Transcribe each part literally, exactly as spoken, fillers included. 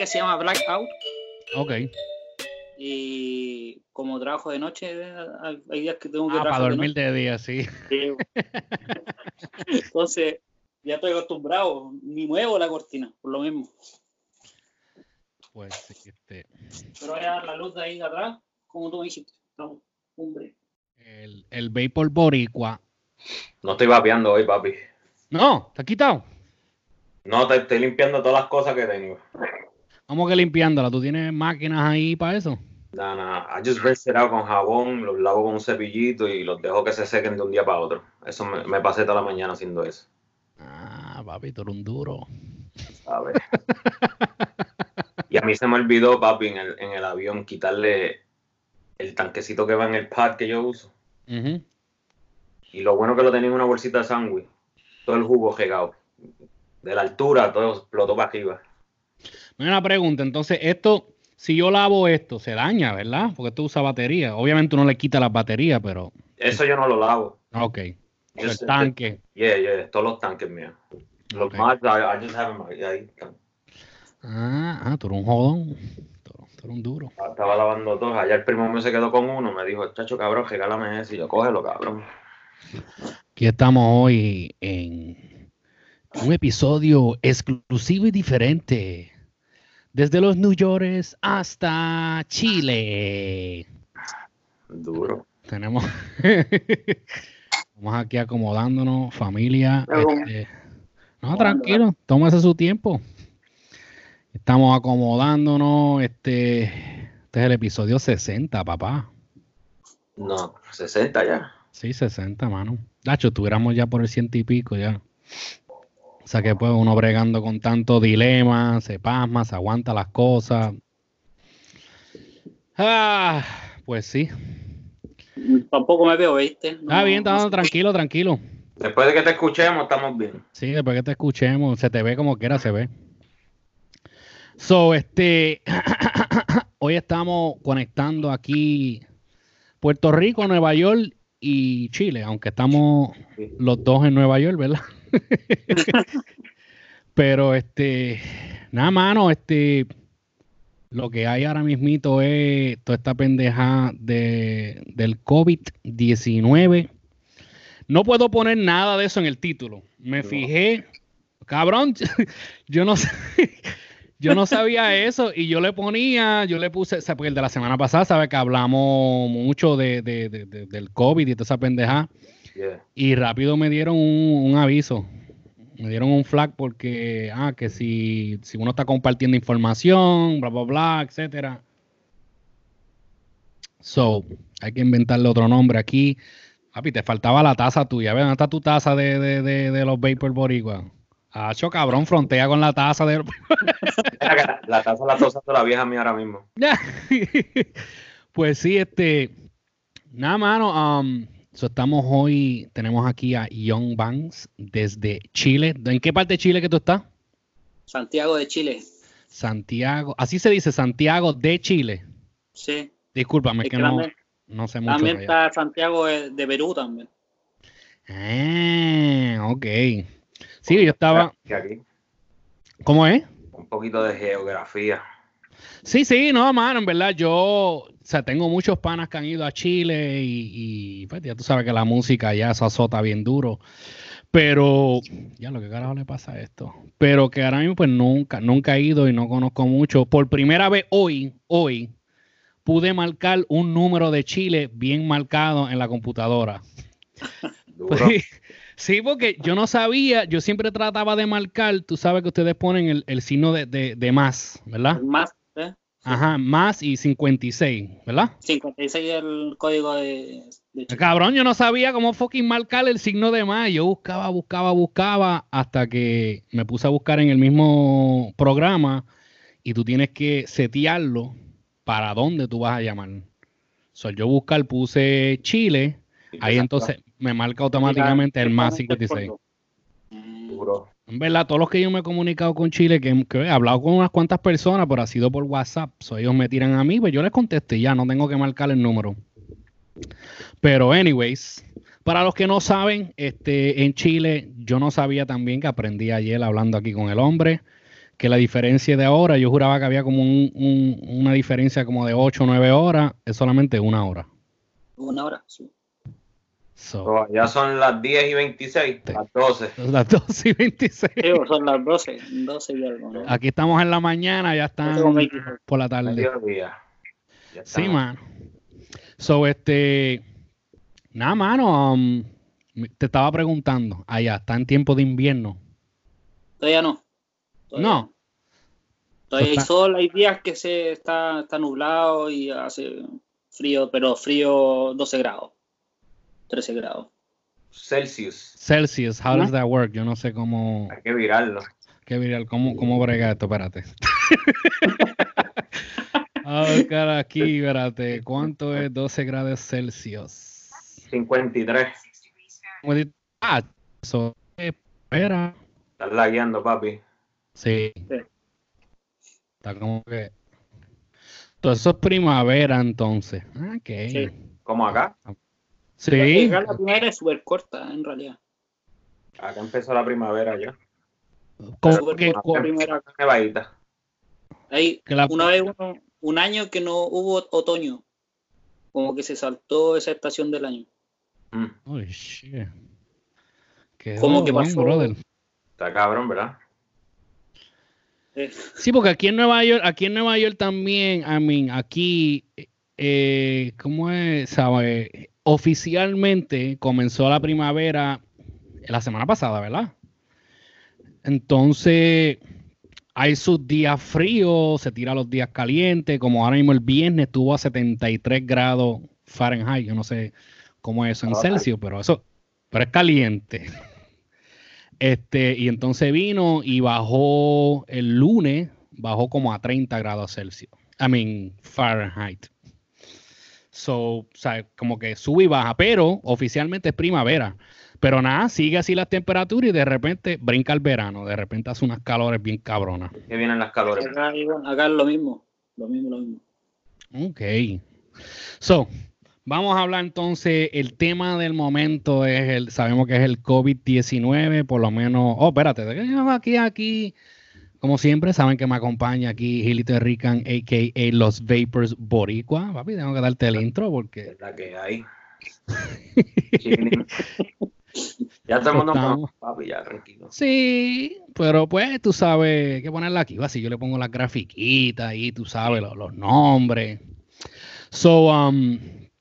que se llama Blackout. Ok. Y como trabajo de noche, hay días que tengo que ah, trabajar para dormir de, de día, sí. sí. Entonces, ya estoy acostumbrado, ni muevo la cortina, por lo mismo. Pues sí, este. Pero voy a dar la luz de ahí atrás, como tú me dijiste. No, hombre. El, el Vapor Boricua. No estoy vapeando hoy, papi. No, ¿te has quitado? No, te estoy limpiando todas las cosas que tengo. ¿Cómo que limpiándola? ¿Tú tienes máquinas ahí para eso? Nah, nah. I just rinse it out con jabón, los lavo con un cepillito y los dejo que se sequen de un día para otro. Eso me, me pasé toda la mañana haciendo eso. Ah, papi, tú eres un duro. ¿Sabes? Y a mí se me olvidó, papi, en el, en el avión quitarle el tanquecito que va en el pad que yo uso. Uh-huh. Y lo bueno que lo tenía en una bolsita de sándwich. Todo el jugo regado. De la altura, todo explotó para arriba. Me una pregunta, entonces esto, si yo lavo esto, se daña, ¿verdad? Porque esto usa batería. Obviamente uno le quita las baterías, pero... Eso yo no lo lavo. Ok. Yo el sé, tanque. Yeah, yeah, todos los tanques míos. Los Okay. más, I, I just have them ahí. Ah, ah, tú eres un jodón. Tú, tú eres un duro. Estaba lavando todos. Allá el primo mío se quedó con uno. Me dijo, chacho, cabrón, regálame ese. Y yo, cógelo, cabrón. Aquí estamos hoy en un episodio exclusivo y diferente. Desde los New Yorkers hasta Chile. Duro. Tenemos... Vamos aquí acomodándonos, familia. Este... No, tranquilo, tómese su tiempo. Estamos acomodándonos. Este, este es el episodio sesenta, papá. No, sesenta ya. Sí, sesenta, mano. Dacho, estuviéramos ya por el ciento y pico ya. O sea que pues uno bregando con tanto dilema, se pasma, se aguanta las cosas. Ah, pues sí. Tampoco me veo, ¿viste? No, Está bien, está no tranquilo, tranquilo. Después de que te escuchemos, estamos bien. Sí, después que te escuchemos, se te ve como quiera, se ve. So, este, hoy estamos conectando aquí Puerto Rico, Nueva York y Chile, aunque estamos los dos en Nueva York, ¿verdad? Pero, este, nada, mano, este, lo que hay ahora mismito es toda esta pendeja de, del COVID diecinueve. No puedo poner nada de eso en el título. Me fijé, cabrón, yo no sé... Yo no sabía eso y yo le ponía, yo le puse, o sea, porque el de la semana pasada, sabe que hablamos mucho de, de, de, de, del COVID y toda esa pendeja. Yeah. Y rápido me dieron un, un aviso. Me dieron un flag porque, ah, que si, si uno está compartiendo información, bla, bla, bla, etcétera. So, hay que inventarle otro nombre aquí. Papi, te faltaba la taza tuya. ¿Ves? ¿Dónde está tu taza de, de, de, de los Vapor Boricua? Hacho, cabrón, frontea con la taza de... La, la taza la está usando la vieja mía ahora mismo. Pues sí, este... Nada, mano. Um, so estamos hoy... Tenemos aquí a Young Banks desde Chile. ¿En qué parte de Chile que tú estás? Santiago de Chile. Santiago. Así se dice, Santiago de Chile. Sí. Discúlpame, es que no, no sé mucho. También está Santiago de, de Perú también. Ah, ok. Sí, yo estaba... Aquí. ¿Cómo es? Un poquito de geografía. Sí, sí, no, mano, en verdad yo, o sea, tengo muchos panas que han ido a Chile y, y pues ya tú sabes que la música ya se azota bien duro, pero, ya lo que carajo le pasa a esto, pero que ahora mismo pues nunca, nunca he ido y no conozco mucho. Por primera vez hoy, hoy, pude marcar un número de Chile bien marcado en la computadora. Duro. Sí, porque yo no sabía, yo siempre trataba de marcar, tú sabes que ustedes ponen el, el signo de, de, de más, ¿verdad? Más, ¿eh? Ajá, más y cincuenta y seis, ¿verdad? cincuenta y seis es el código de, de Chile. Cabrón, yo no sabía cómo fucking marcar el signo de más. Yo buscaba, buscaba, buscaba hasta que me puse a buscar en el mismo programa y tú tienes que setearlo para dónde tú vas a llamar. So, yo buscar, puse Chile, ahí entonces me marca automáticamente el más cincuenta y seis. Duro. En verdad, todos los que yo me he comunicado con Chile, que, que he hablado con unas cuantas personas, pero ha sido por WhatsApp, so, ellos me tiran a mí, pues yo les contesto y ya, no tengo que marcar el número. Pero anyways, para los que no saben, este, en Chile yo no sabía también, que aprendí ayer hablando aquí con el hombre, que la diferencia de ahora, yo juraba que había como un, un, una diferencia como de ocho o nueve horas, es solamente una hora. Una hora, sí. So, So, ya son las diez y veintiséis, Sí. las doce. las doce y veintiséis. Sí, son las doce, doce y algo, ¿no? Aquí estamos en la mañana, ya están doce con veintiséis. por la tarde. Mediodía. Ya Sí, estamos. mano. So, este, nada, mano, um, te estaba preguntando, allá, ¿está en tiempo de invierno? Todavía no. Todavía No. Todavía hay Está- sol, hay días que se está, está nublado y hace frío, pero frío doce grados, trece grados. Celsius. Celsius, how Ajá. does that work? Yo no sé cómo, Hay que virarlo. qué viral, cómo, cómo brega esto, espérate. A buscar aquí, espérate, ¿cuánto es doce grados Celsius? cincuenta y tres. Ah, eso, espera. Estás lagueando, papi. Sí. Sí. Está como que. Todo eso es primavera, entonces. Ok. Sí. Como acá. Sí. Acá la primavera es súper corta, en realidad. Acá empezó la primavera ya. Como Súper que, corta la primavera. Nevadita. Hay que la- una vez uno- un año que no hubo otoño, como que se saltó esa estación del año. Mm, Oh, shit. Qué Como que jodón, pasó- brother. está cabrón, ¿verdad? Eh, Sí, porque aquí en Nueva York, aquí en Nueva York también, I mean, aquí, eh, ¿cómo es? ¿Sabe? Oficialmente comenzó la primavera la semana pasada, ¿verdad? Entonces, hay sus días fríos, se tira los días calientes, como ahora mismo el viernes estuvo a setenta y tres grados Fahrenheit, yo no sé cómo es eso en Ah, Celsius, pero eso, pero es caliente. Este, y entonces vino y bajó el lunes, bajó como a treinta grados Celsius. I mean, Fahrenheit. So, o sea, como que sube y baja, pero oficialmente es primavera. Pero nada, sigue así las temperaturas y de repente brinca el verano. De repente hace unas calores bien cabronas. Que vienen las calores. acá, igual- acá es lo mismo, lo mismo, lo mismo. Ok. So, vamos a hablar entonces, el tema del momento es el, sabemos que es el COVID diecinueve, por lo menos, oh, espérate, aquí, aquí, como siempre, saben que me acompaña aquí Gilito Rican, a k a. Los Vapors Boricua. Papi, tengo que darte el intro porque... Es la que hay. Chilling. Ya todo el mundo Estamos. conoce, papi, ya tranquilo. Sí, pero pues tú sabes, hay que ponerla aquí, así yo le pongo las grafiquitas ahí, tú sabes, los, los nombres. So, um,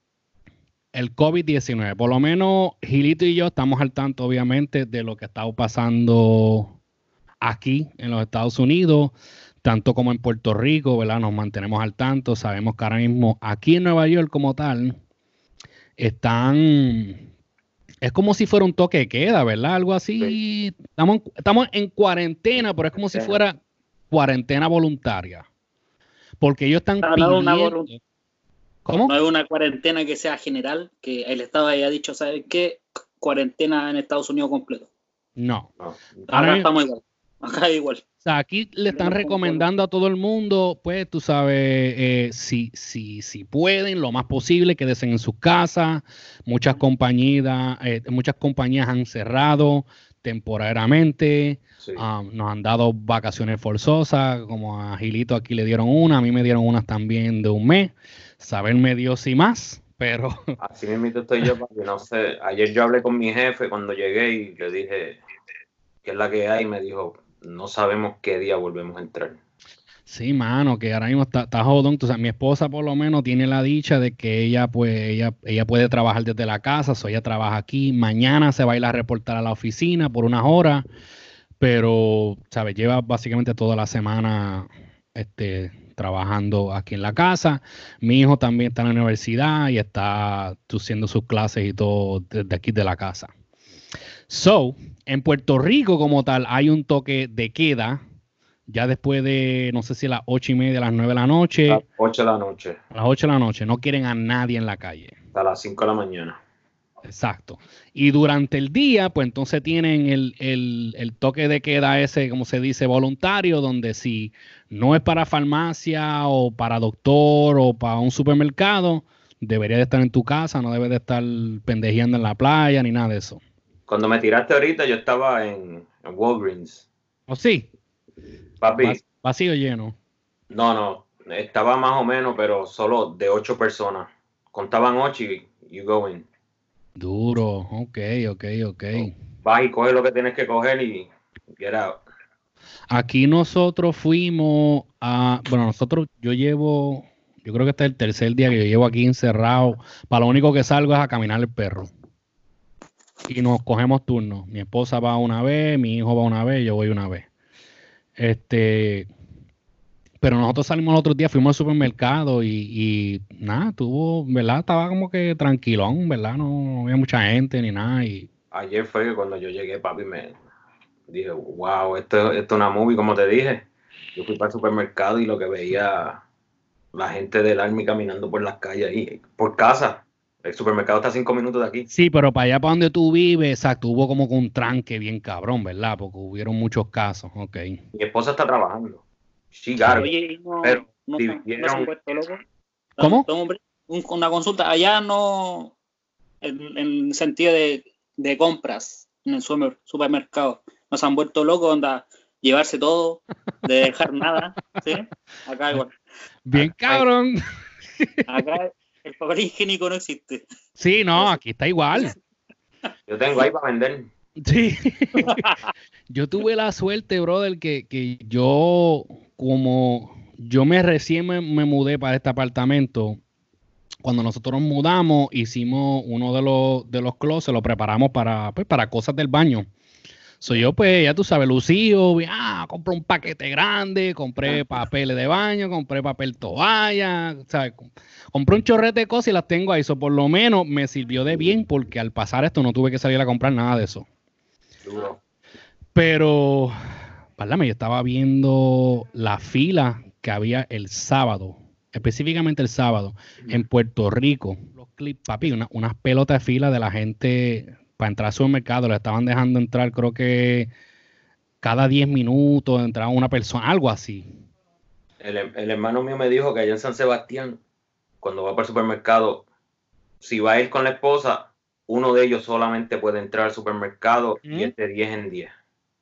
el COVID diecinueve, por lo menos Gilito y yo estamos al tanto, obviamente, de lo que está pasando aquí en los Estados Unidos, tanto como en Puerto Rico, ¿verdad? Nos mantenemos al tanto, sabemos que ahora mismo aquí en Nueva York como tal, están... Es como si fuera un toque de queda, ¿verdad? Algo así. Sí. Estamos, estamos en cuarentena, pero es como si fuera cuarentena voluntaria. Porque ellos están Ah, no, una pidiendo... volun- ¿Cómo? No es una cuarentena que sea general, que el Estado haya dicho, ¿sabes qué? Cuarentena en Estados Unidos completo. No. No. Ahora Acá mismo- estamos igual. Acá igual. O sea, aquí le están Yo no recomendando a todo el mundo, pues tú sabes, eh, si, si, si pueden, lo más posible, quédense en sus casas. Muchas compañías, eh, muchas compañías han cerrado temporariamente. Sí. Um, nos han dado vacaciones forzosas, como a Gilito aquí le dieron una, a mí me dieron unas también de un mes. Saberme Dios si más, pero Así mismo estoy yo, papi, no sé. Ayer yo hablé con mi jefe cuando llegué y le dije qué es la que hay y me dijo, no sabemos qué día volvemos a entrar. sí, mano, que ahora mismo está, está jodón. O sea, mi esposa por lo menos tiene la dicha de que ella, pues, ella, ella puede trabajar desde la casa, o sea, ella trabaja aquí. Mañana se va a ir a reportar a la oficina por unas horas, pero, ¿sabes? Lleva básicamente toda la semana este, trabajando aquí en la casa. Mi hijo también está en la universidad y está haciendo sus clases y todo desde aquí de la casa. So, en Puerto Rico como tal hay un toque de queda ya después de, no sé si a las ocho y media, a las nueve de la noche, A las ocho de la noche, a las ocho de la noche, no quieren a nadie en la calle. hasta las cinco de la mañana. Exacto. Y durante el día, pues entonces tienen el, el, el toque de queda ese, como se dice, voluntario, donde si no es para farmacia o para doctor o para un supermercado, debería de estar en tu casa, no debes de estar pendejeando en la playa ni nada de eso. Cuando me tiraste ahorita, yo estaba en, en Walgreens. ¿O sí? Papi. Vac- ¿Vacío o lleno? No, no. Estaba más o menos, pero solo de ocho personas. Contaban ocho y you go in. Duro, ok, ok, ok. Vas y coges lo que tienes que coger y get out. Aquí nosotros fuimos a, bueno, nosotros, yo llevo, yo creo que este es el tercer día que yo llevo aquí encerrado. Para lo único que salgo es a caminar el perro. Y nos cogemos turnos. Mi esposa va una vez, mi hijo va una vez, yo voy una vez. Este, pero nosotros salimos el otro día, fuimos al supermercado y, y nada, tuvo, ¿verdad? Estaba como que tranquilón, ¿verdad? No, no había mucha gente ni nada. Y Ayer fue que cuando yo llegué, papi, me dije, wow, esto, esto es una movie, como te dije. Yo fui para el supermercado y lo que veía la gente del Army caminando por las calles ahí, por casa. El supermercado está a cinco minutos de aquí. sí, pero para allá, para donde tú vives, exacto, hubo como que un tranque bien cabrón, ¿verdad? Porque hubieron muchos casos, ok. Mi esposa está trabajando. She got it. Oye, no, Pero no, si no, no se vieron- han vuelto locos. ¿Cómo? Dame, hombre, un- una consulta. Allá no, en, en sentido de, de compras en el super- supermercado, no se han vuelto locos, onda, llevarse todo, de dejar nada, ¿sí? Acá igual. Bien Acá- cabrón. Acá el papel higiénico no existe. Sí, no, aquí está igual. Yo tengo ahí para vender. Sí. Yo tuve la suerte, brother, que, que yo, como yo me recién me, me mudé para este apartamento, cuando nosotros nos mudamos, hicimos uno de los, de los closets, lo preparamos para, pues, para cosas del baño. Soy yo, pues, ya tú sabes, lucido, vi, ah, compré un paquete grande, compré papeles de baño, compré papel toalla, ¿sabes? Com- Compré un chorrete de cosas y las tengo ahí. Eso por lo menos me sirvió de bien porque al pasar esto no tuve que salir a comprar nada de eso. Duro. Pero, válame, yo estaba viendo la fila que había el sábado, específicamente el sábado, en Puerto Rico. Los clips, papi, una- unas pelotas de fila de la gente para entrar al supermercado. Le estaban dejando entrar, creo que cada diez minutos entraba una persona, algo así. El, el hermano mío me dijo que allá en San Sebastián, cuando va para el supermercado, si va a ir con la esposa, uno de ellos solamente puede entrar al supermercado ¿Mm? y es de diez en diez.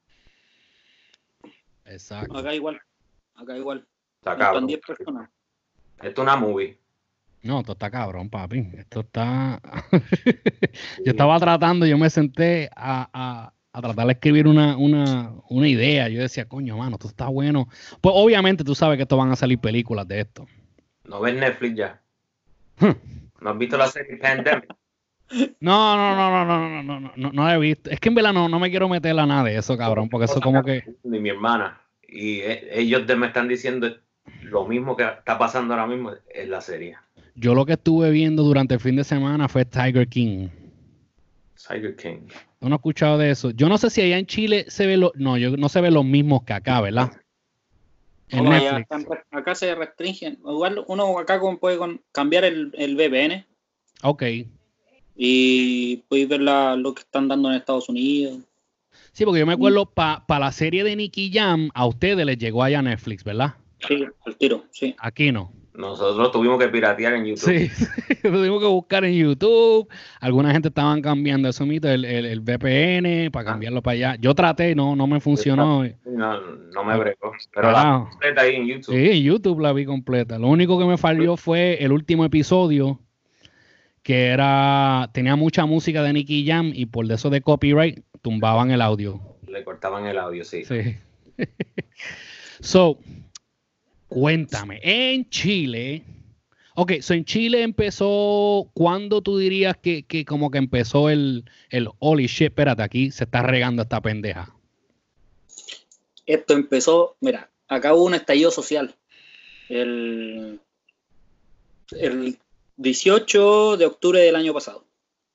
Exacto. Acá igual. Acá igual. Está Entran cabrón. diez personas. Esto es una movie. No, esto está cabrón, papi. Esto está. Yo estaba tratando, yo me senté a, a, a tratar de escribir una, una, una idea. Yo decía, coño, mano, esto está bueno. Pues obviamente tú sabes que esto van a salir películas de esto. ¿No ves Netflix ya? Hmm. ¿No has visto la serie Pandemic? No, no, no, no, no, no, no, no, no, no he visto. Es que en verdad no, no me quiero meter a nada de eso, cabrón, porque eso como que. Ni mi hermana. Y eh, ellos de- me están diciendo lo mismo que está pasando ahora mismo en la serie. Yo lo que estuve viendo durante el fin de semana fue Tiger King. Tiger King. ¿Tú no has escuchado de eso? Yo no sé si allá en Chile se ve lo. No, yo no se ve los mismos que acá, ¿verdad? En No, allá Netflix. están- acá se restringen. Igual uno acá con- puede con- cambiar el, el V P N Ok. y puedes ver la- lo que están dando en Estados Unidos. Sí, porque yo me acuerdo para pa la serie de Nicky Jam, a ustedes les llegó allá Netflix, ¿verdad? Sí, al tiro, sí. Aquí no. Nosotros tuvimos que piratear en YouTube. Sí, lo tuvimos que buscar en YouTube. Alguna gente estaban cambiando eso, mito, el, el, el V P N para cambiarlo para allá. Yo traté, no, no me funcionó. No, no me bregó. Pero Ah. la completa ahí en YouTube. Sí, en YouTube la vi completa. Lo único que me falló fue el último episodio, que era, tenía mucha música de Nicky Jam y por eso de copyright tumbaban el audio. Le cortaban el audio, sí. Sí. So, cuéntame, en Chile, ok, so en Chile empezó, ¿cuándo tú dirías que, que como que empezó el, el holy shit, espérate, aquí se está regando esta pendeja? Esto empezó, mira, acá hubo un estallido social. El, el dieciocho de octubre del año pasado.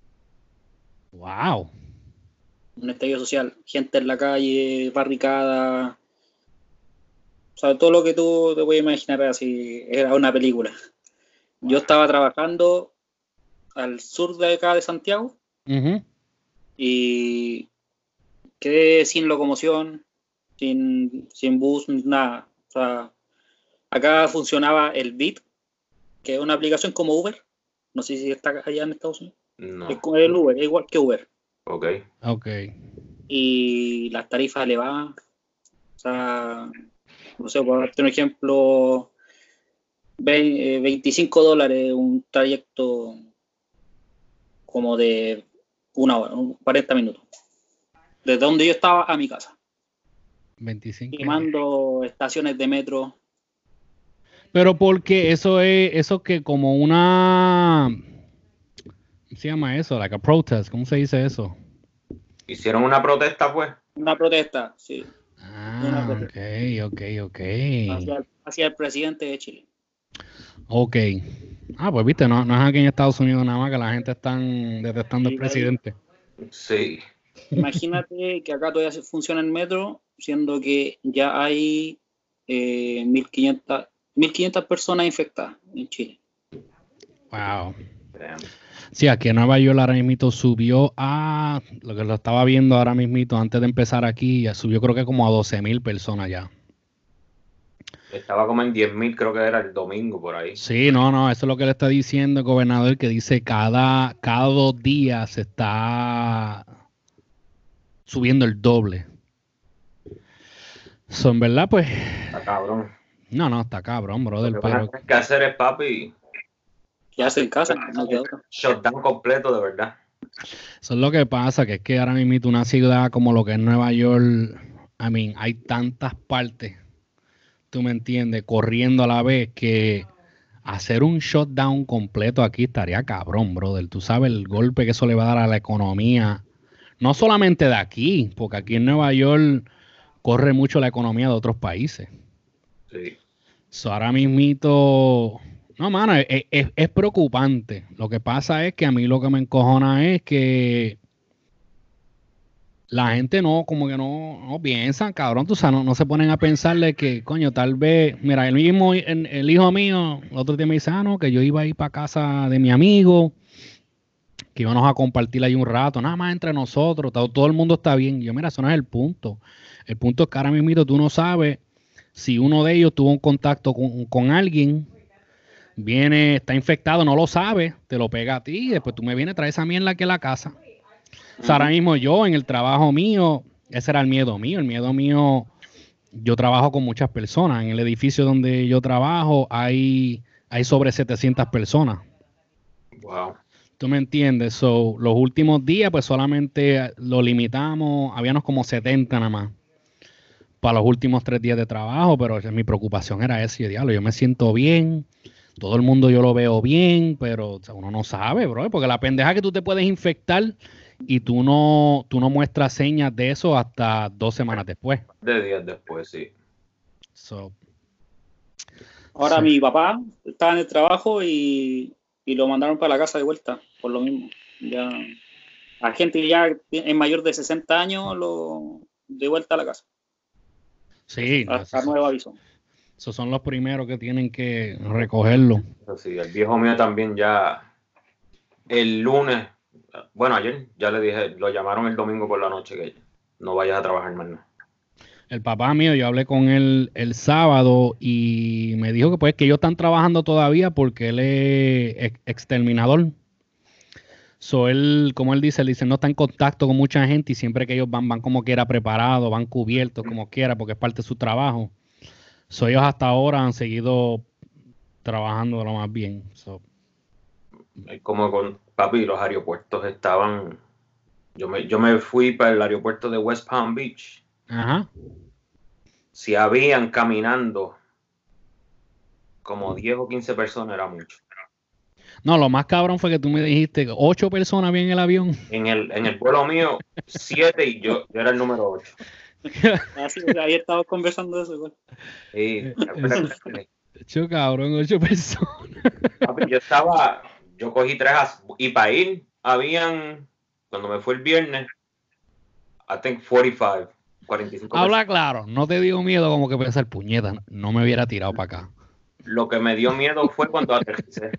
Wow. Un estallido social. Gente en la calle, barricada. O sea, todo lo que tú te puedes imaginar así. Era una película. Yo estaba trabajando al sur de acá de Santiago Uh-huh. y quedé sin locomoción, sin, sin bus, nada. O sea, acá funcionaba el Bit, que es una aplicación como Uber. No sé si está allá en Estados Unidos. No. Es como el Uber, es igual que Uber. Ok. Ok. Y las tarifas elevadas. O sea, no sé, por darte un ejemplo, veinticinco dólares un trayecto como de una hora, cuarenta minutos. Desde donde yo estaba a mi casa. veinticinco. Quemando estaciones de metro. Pero porque eso es, eso que como una, ¿cómo se llama eso? Like a protest, ¿cómo se dice eso? Hicieron una protesta, pues. Una protesta, sí. Ah, Una protesta. ok, ok, ok. Hacia, hacia el presidente de Chile. Ok. Ah, pues viste, no, no es aquí en Estados Unidos nada más que la gente están detestando al Sí, presidente. Sí. Imagínate que acá todavía se funciona el metro, siendo que ya hay eh, mil quinientas personas infectadas en Chile. Wow. Damn. Sí, aquí en Nueva York ahora mismo subió a, lo que lo estaba viendo ahora mismo antes de empezar aquí, ya subió creo que como a doce mil personas ya. Estaba como en diez mil, creo que era el domingo por ahí. Sí, no, no, eso es lo que le está diciendo el gobernador, que dice cada, cada dos días se está subiendo el doble. So, en verdad, pues, Está cabrón. no, no, está cabrón, brother, Lo que van a pero tener que hacer es, papi, Quedarse en casa, no queda otra. shutdown completo, de verdad. eso es lo que pasa, que es que ahora mismo una ciudad como lo que es Nueva York, I mean, hay tantas partes, tú me entiendes, corriendo a la vez que hacer un shutdown completo aquí estaría cabrón, brother. Tú sabes el golpe que eso le va a dar a la economía, no solamente de aquí, porque aquí en Nueva York corre mucho la economía de otros países. Sí. So, ahora mismito, no, mano, es, es, es preocupante. Lo que pasa es que a mí lo que me encojona es que la gente no, como que no, no piensan, cabrón, tú sabes, no, no se ponen a pensarle que, coño, tal vez, mira, el mismo, el, el hijo mío, el otro día me dice, ah, no, que yo iba a ir para casa de mi amigo, que íbamos a compartir ahí un rato, nada más entre nosotros, todo, todo el mundo está bien. Y yo, mira, eso no es el punto. El punto es que ahora mismo tú no sabes si uno de ellos tuvo un contacto con, con alguien, viene, está infectado, no lo sabe, te lo pega a ti y después tú me vienes a traer esa mierda aquí a la casa. O sea, ahora mismo yo en el trabajo mío, ese era el miedo mío, el miedo mío, yo trabajo con muchas personas. En el edificio donde yo trabajo hay, hay sobre setecientas personas. Wow. ¿Tú me entiendes? So, los últimos días pues solamente lo limitamos, habíamos como setenta nada más para los últimos tres días de trabajo, pero mi preocupación era esa, yo, diablo, yo me siento bien, todo el mundo yo lo veo bien, pero o sea, uno no sabe, bro, porque la pendeja que tú te puedes infectar y tú no, tú no muestras señas de eso hasta dos semanas después. De días después, sí. So, Ahora sí. mi papá estaba en el trabajo y, y lo mandaron para la casa de vuelta, por lo mismo. Ya, a gente que ya es mayor de sesenta años, lo de vuelta a la casa. Sí, no, Hasta esos, nuevo aviso. esos son los primeros que tienen que recogerlo. Sí, el viejo mío también ya el lunes, bueno, ayer ya le dije, lo llamaron el domingo por la noche que no vayas a trabajar más nada. El papá mío, yo hablé con él el sábado y me dijo que pues que ellos están trabajando todavía porque él es ex- exterminador. So él, como él dice, él dice, no está en contacto con mucha gente y siempre que ellos van, van como quiera preparados, van cubiertos como quiera porque es parte de su trabajo. So ellos hasta ahora han seguido trabajando de lo más bien. So, Es como con papi, los aeropuertos estaban, yo me, yo me fui para el aeropuerto de West Palm Beach. ajá. Si habían caminando como diez o quince personas, era mucho. No, lo más cabrón fue que tú me dijiste que ocho personas había en el avión. En el, en el vuelo mío, siete y yo, yo era el número ocho. Así, ahí estaba conversando de eso igual. Sí, Ocho cabrón, ocho personas. papi, yo estaba, yo cogí tres as- y para ir habían, cuando me fue el viernes, I think cuarenta y cinco, cuarenta y cinco Habla claro, no te dio miedo como que pensar, puñeta, no me hubiera tirado para acá. Lo que me dio miedo fue cuando aterricé.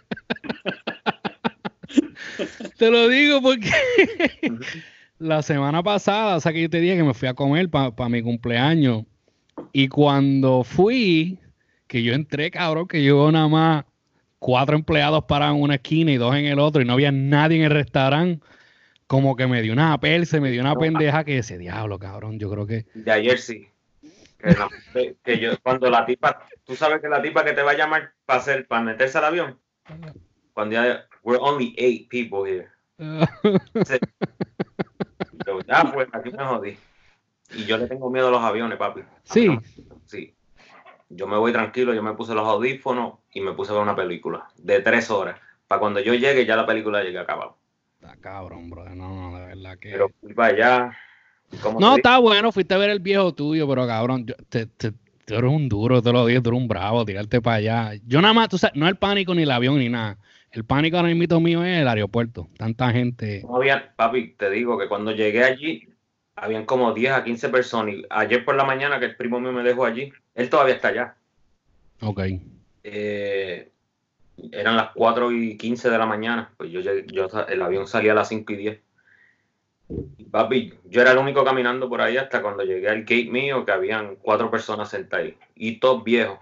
Te lo digo porque la semana pasada, o sea que yo te dije que me fui a comer para pa mi cumpleaños. Y cuando fui, que yo entré, cabrón, que yo nada más cuatro empleados paraban en una esquina y dos en el otro y no había nadie en el restaurante, como que me dio una perse, me dio una pendeja que ese diablo, cabrón, yo creo que... De ayer sí. Que, no, que, que yo, cuando la tipa, tú sabes que la tipa que te va a llamar para hacer, para meterse al avión, cuando ya, we're only eight people here. Sí. Yo, ya, pues, aquí me jodí. Y yo le tengo miedo a los aviones, papi. Sí. No, sí. Yo me voy tranquilo, yo me puse los audífonos y me puse a ver una película de tres horas. Para cuando yo llegue, ya la película llegue acabada. Está cabrón, bro. No, no, de verdad que. Pero fui para allá. No, está bueno, fuiste a ver el viejo tuyo, pero cabrón, yo, te, te, tú eres un duro, te lo digo, tú eres un bravo, tirarte para allá. Yo nada más, tú sabes, no el pánico ni el avión ni nada. El pánico ahora mismo mío es el aeropuerto. Tanta gente. No había, papi, te digo que cuando llegué allí, habían como diez a quince personas. Y ayer por la mañana que el primo mío me dejó allí, él todavía está allá. Ok. Eh, eran las cuatro y quince de la mañana. Pues yo, yo el avión salía a las cinco y diez. Y papi, yo era el único caminando por ahí hasta cuando llegué al gate mío, que habían cuatro personas sentadas ahí. Y todos viejos.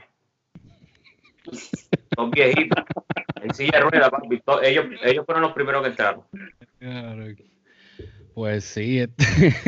Todos viejitos. En silla de ruedas, papi. Todos, ellos, ellos fueron los primeros que entraron. Pues sí. Este...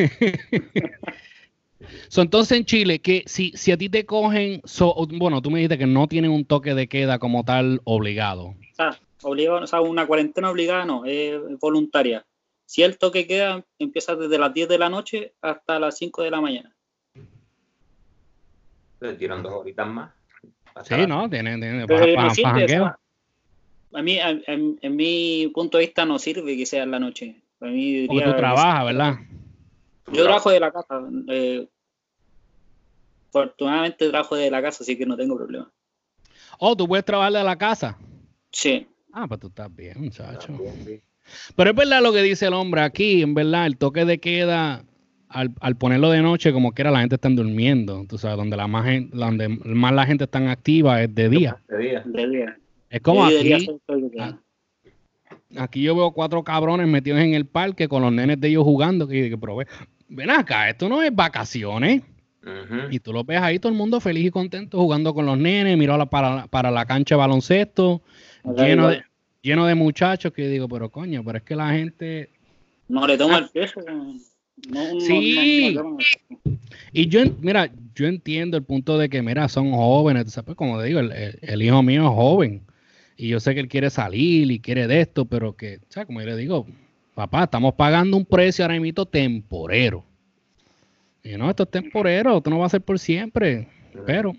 so, entonces en Chile, que si, si a ti te cogen, so, bueno, tú me dijiste que no tienen un toque de queda como tal obligado. O sea, obligado, o sea, una cuarentena obligada no, es voluntaria. Si el toque queda, empieza desde las diez de la noche hasta las cinco de la mañana. Entonces, tiran dos horitas más. Sí, la... no, tienen, tienen Pero pa, no pa, sirve, o sea, a mí, a, en, en mi punto de vista, no sirve que sea en la noche. A mí diría, porque tú trabajas, ¿verdad? Yo trabajo de la casa. Eh, afortunadamente trabajo de la casa, así que no tengo problema. Oh, ¿tú puedes trabajar de la casa? Sí. Ah, pues tú estás bien, muchacho. Bien, sí. Pero es verdad lo que dice el hombre aquí, en verdad, el toque de queda, al, al ponerlo de noche, como que era la gente están durmiendo, tú sabes, donde la más gente, donde más la gente está activa es de día. De día. De día. Es como aquí, aquí yo veo cuatro cabrones metidos en el parque con los nenes de ellos jugando, que, que pero ven acá, esto no es vacaciones. Uh-huh. Y tú lo ves ahí, todo el mundo feliz y contento jugando con los nenes, miró para, para la cancha de baloncesto, okay, lleno igual. de lleno de muchachos, que yo digo, pero coño, pero es que la gente... No le toma el peso. No, sí. No, no, no, y yo, mira, yo entiendo el punto de que, mira, son jóvenes, ¿sabes? Como te digo, el, el, el hijo mío es joven. Y yo sé que él quiere salir y quiere de esto, pero que, ¿sabes? Como yo le digo, papá, estamos pagando un precio ahora mismo temporero. Y no, esto es temporero, esto no va a ser por siempre, pero...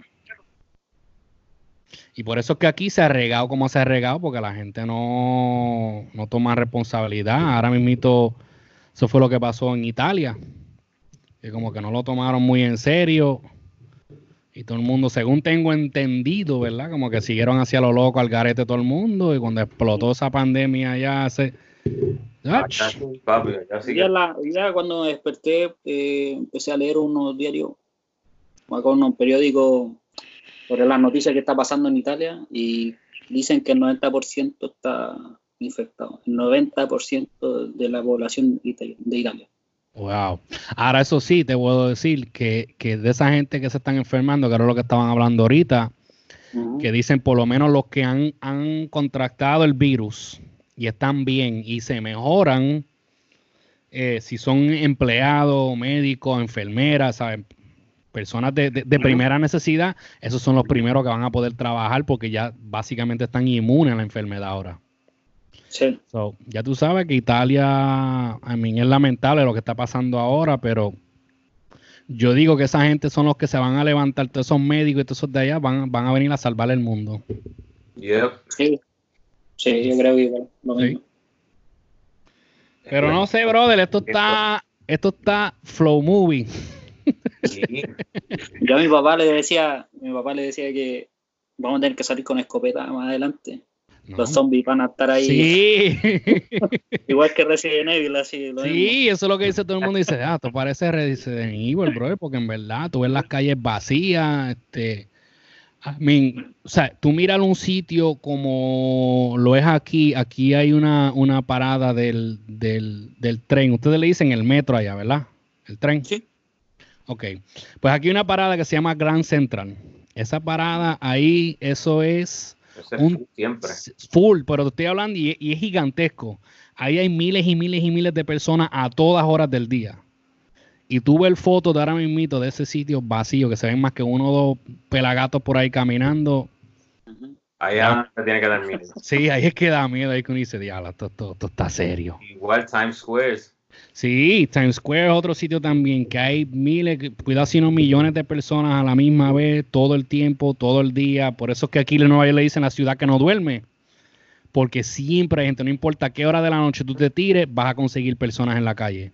Y por eso es que aquí se ha regado como se ha regado, porque la gente no, no toma responsabilidad. Ahora mismo eso fue lo que pasó en Italia, que como que no lo tomaron muy en serio. Y todo el mundo, según tengo entendido, ¿verdad? Como que siguieron hacia lo loco al garete todo el mundo. Y cuando explotó esa pandemia ya hace... Ya, ya, la, ya cuando me desperté, eh, empecé a leer unos diarios, con unos periódicos sobre las noticias que está pasando en Italia y dicen que el noventa por ciento está infectado, el noventa por ciento de la población de Italia. Wow. Ahora eso sí, te puedo decir que, que de esa gente que se están enfermando, que era lo que estaban hablando ahorita, uh-huh. que dicen por lo menos los que han, han contractado el virus y están bien y se mejoran, eh, si son empleados, médicos, enfermeras, ¿sabes? Personas de, de, de primera necesidad, esos son los primeros que van a poder trabajar porque ya básicamente están inmunes a la enfermedad ahora. Sí. So, ya tú sabes que Italia, a mí es lamentable lo que está pasando ahora, pero yo digo que esa gente son los que se van a levantar, todos esos médicos y todos esos de allá van, van a venir a salvar el mundo. Yep. Sí. Sí, yo creo que igual, lo mismo. Sí. Pero no sé, brother, esto está, esto está flow movie. Sí. Yo a mi papá le decía, mi papá le decía que vamos a tener que salir con escopeta más adelante. No. Los zombies van a estar ahí. Sí. Igual que Resident Evil, así. Lo sí, mismo. Eso es lo que dice todo el mundo. Dice, ah, esto parece Resident Evil, bro, porque en verdad tú ves las calles vacías, este... I mean, o sea, tú miras un sitio como lo es aquí, aquí hay una, una parada del, del, del tren. Ustedes le dicen el metro allá, ¿verdad? El tren. Sí. Ok, pues aquí hay una parada que se llama Grand Central. Esa parada ahí, eso es un siempre full, pero te estoy hablando y, y es gigantesco. Ahí hay miles y miles y miles de personas a todas horas del día. y tú ves fotos de ahora mismito de ese sitio vacío, que se ven más que uno o dos pelagatos por ahí caminando. Allá te tiene que dar miedo. Sí, ahí es que da miedo, ahí que uno dice, diablo, esto, esto, esto está serio. Igual Times Square. Sí, Times Square es otro sitio también, que hay miles, cuidado si no millones de personas a la misma vez, todo el tiempo, todo el día. Por eso es que aquí en Nueva York le dicen la ciudad que no duerme. Porque siempre hay gente, no importa qué hora de la noche tú te tires, vas a conseguir personas en la calle.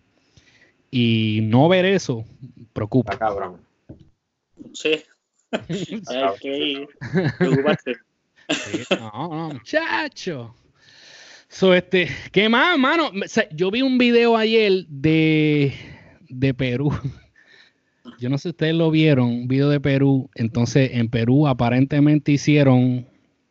Y no ver eso, preocupa. Está cabrón. Sí. Hay que ir. Preocuparse. Sí, no, no, muchacho. So, este, ¿qué más, mano? Yo vi un video ayer de, de Perú. Yo no sé si ustedes lo vieron, un video de Perú. Entonces, en Perú aparentemente hicieron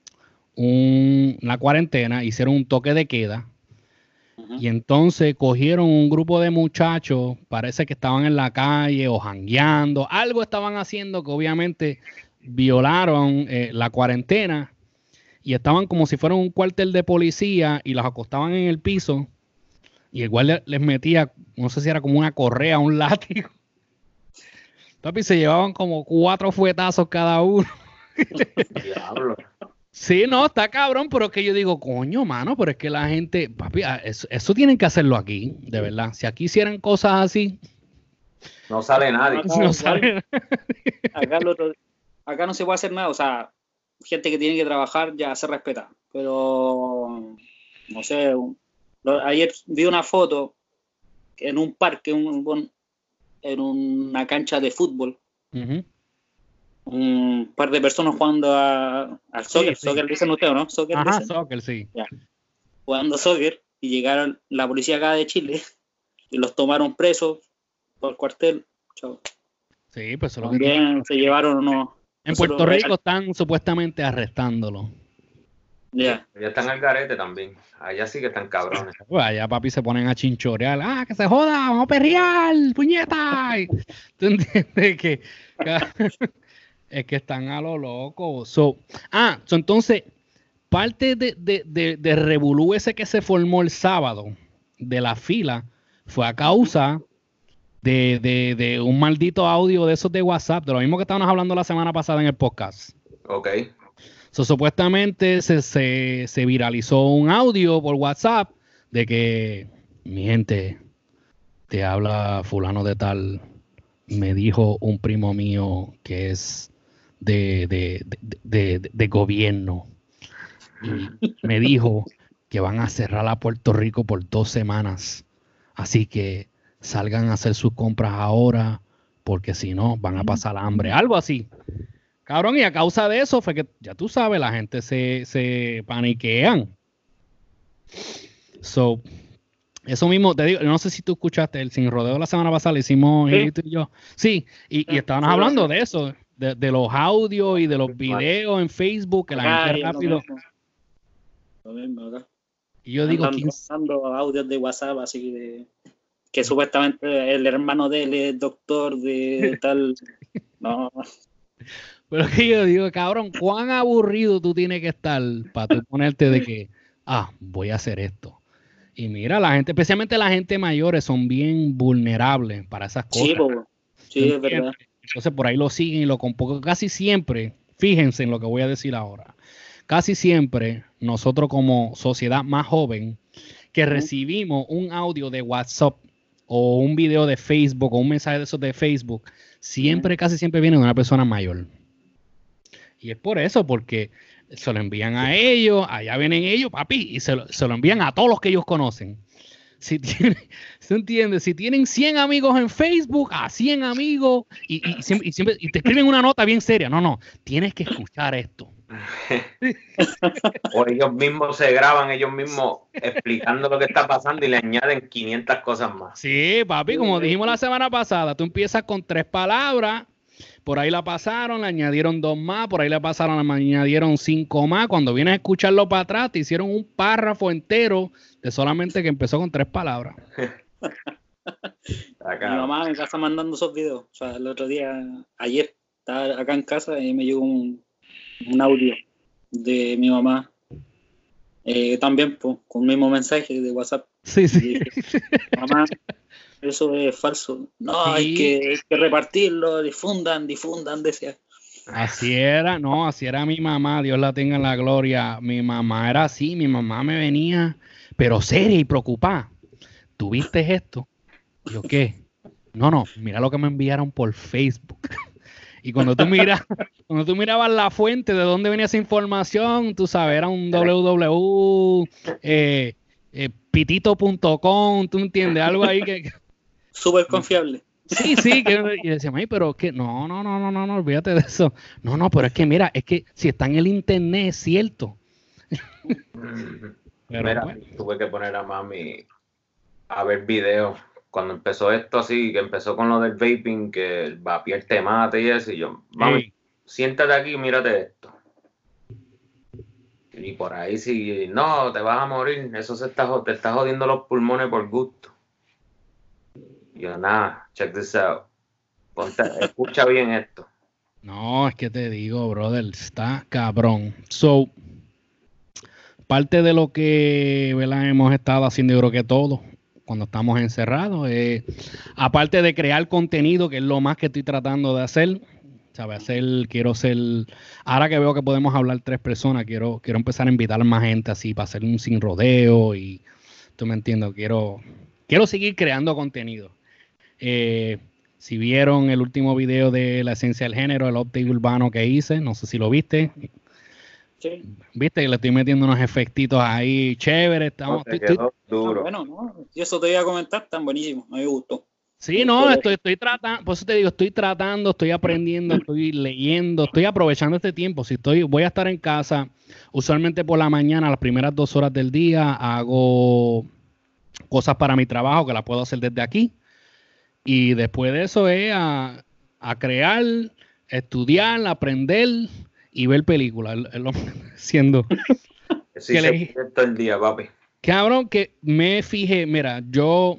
un, una cuarentena, hicieron un toque de queda. Uh-huh. Y entonces cogieron un grupo de muchachos, parece que estaban en la calle o jangueando, algo estaban haciendo que obviamente violaron eh, la cuarentena. Y estaban como si fueran un cuartel de policía y los acostaban en el piso. Y el guardia les metía, no sé si era como una correa, un látigo. Papi, se llevaban como cuatro fuetazos cada uno. Diablo. Sí, no, está cabrón, pero es que yo digo, coño, mano, pero es que la gente, papi, eso, eso tienen que hacerlo aquí, de verdad. Si aquí hicieran cosas así... No sale nadie. Acá, no, sale acá, lo otro, acá no se puede hacer nada, o sea... gente que tiene que trabajar ya se respeta, pero no sé, ayer vi una foto en un parque, un, en una cancha de fútbol, uh-huh. un par de personas jugando a, al soccer, sí, sí. Soccer dicen ustedes, ¿no? Soccer, Ajá, dicen. soccer, sí. Ya. Jugando soccer y llegaron la policía acá de Chile y los tomaron presos por el cuartel. Chao. Sí, pues solo también que... se llevaron unos... En Puerto Rico real. Están supuestamente arrestándolo. Ya. Yeah. Ya están al garete también. Allá sí que están cabrones. Pues allá, papi, se ponen a chinchorear. ¡Ah, que se joda! ¡Vamos a perrear! ¡Puñeta! ¿Tú entiendes? Que, es que están a lo loco. So, ah, so entonces, parte de, de, de, de revolú ese que se formó el sábado de la fila fue a causa... De, de, de un maldito audio de esos de WhatsApp, de lo mismo que estábamos hablando la semana pasada en el podcast. Ok. So, supuestamente se, se, se viralizó un audio por WhatsApp de que, mi gente, te habla fulano de tal, me dijo un primo mío que es de, de, de, de, de, de gobierno y me dijo que van a cerrar a Puerto Rico por dos semanas. Así que salgan a hacer sus compras ahora, porque si no, van a pasar hambre. Algo así. Cabrón, y a causa de eso fue que, ya tú sabes, la gente se, se paniquean. So, eso mismo, te digo, no sé si tú escuchaste el Sin Rodeo la semana pasada, le hicimos sí. y yo. Sí, y, y estábamos sí, hablando sí. de eso, de, de los audios y de los videos en Facebook, que la gente rápido... Lo mismo acá. Y yo digo... ¿quién... audios de WhatsApp así de... que supuestamente el hermano de él es doctor de tal... No. Pero que yo digo, cabrón, cuán aburrido tú tienes que estar para tú ponerte de que, ah, voy a hacer esto. Y mira, la gente, especialmente la gente mayores, son bien vulnerables para esas cosas. Sí, po. Sí, es verdad. Entonces por ahí lo siguen y lo componen. Casi siempre, fíjense en lo que voy a decir ahora, casi siempre nosotros como sociedad más joven que recibimos un audio de WhatsApp o un video de Facebook o un mensaje de esos de Facebook, siempre, casi siempre viene de una persona mayor. Y es por eso, porque se lo envían a ellos, allá vienen ellos, papi, y se lo, se lo envían a todos los que ellos conocen. Si tienen, ¿se entiende? Si tienen cien amigos en Facebook, a cien amigos, y, y, siempre, y, siempre, y te escriben una nota bien seria. No, no, tienes que escuchar esto. O ellos mismos se graban, ellos mismos explicando lo que está pasando y le añaden quinientas cosas más. Sí, papi, como dijimos la semana pasada, tú empiezas con tres palabras, por ahí la pasaron, le añadieron dos más, por ahí le pasaron, le añadieron cinco más. Cuando vienes a escucharlo para atrás, te hicieron un párrafo entero de solamente que empezó con tres palabras. Acá. Mi mamá me casa mandando esos videos. O sea, el otro día, ayer, estaba acá en casa y me llegó un, un audio de mi mamá. Eh, también, pues, con el mismo mensaje de WhatsApp. Sí, sí. Dije, mamá, Eso es falso. No, Sí. hay, que, hay que repartirlo, difundan, difundan, decía. Así era, no, así era mi mamá, Dios la tenga en la gloria. Mi mamá era así, mi mamá me venía, pero seria y preocupada. ¿Tú viste esto? ¿Yo qué? No, no, mira lo que me enviaron por Facebook. Y cuando tú miras, cuando tú mirabas la fuente de dónde venía esa información, tú sabes, era un doble u doble u doble u eh, eh, pitito punto com, tú entiendes, algo ahí que... Súper confiable. Sí, sí, que, y decíamos, ay, pero que no, no, no, no, no, no, olvídate de eso. No, no, pero es que mira, es que si está en el internet es cierto. Pero, Mira, pues, tuve que poner a mami a ver videos. Cuando empezó esto así, que empezó con lo del vaping, que el vapear te mata y eso, y yo, mami, sí. siéntate aquí y mírate esto. Y por ahí sí, no, te vas a morir, eso se está, te está jodiendo los pulmones por gusto. Y yo, nada, check this out. Ponte, escucha bien esto. No, es que te digo, brother, está cabrón. So, parte de lo que, ¿verdad?, hemos estado haciendo, yo creo que todos, cuando estamos encerrados, eh, aparte de crear contenido, que es lo más que estoy tratando de hacer, ¿sabes? Hacer, quiero ser, ahora que veo que podemos hablar tres personas, quiero, quiero empezar a invitar más gente así para hacer un sin rodeo y, tú me entiendes, quiero, quiero seguir creando contenido. Eh, si vieron el último video de La Esencia del Género, el update urbano que hice, no sé si lo viste. Sí. Viste que le estoy metiendo unos efectitos ahí chéveres. Estamos, No, te estoy, quedó Ah, duro. bueno, no. Y eso te iba a comentar, tan buenísimo. A mí me gustó. sí, no, estoy, estoy tratando, por eso te digo, estoy tratando, estoy aprendiendo, estoy leyendo, estoy aprovechando este tiempo. Si estoy, voy a estar en casa, usualmente por la mañana, las primeras dos horas del día, hago cosas para mi trabajo que las puedo hacer desde aquí. Y después de eso es a, a crear, estudiar, aprender y ver películas. Es lo siendo. Sí, que se le- puede todo el día, papi. Cabrón, que me fijé, mira, yo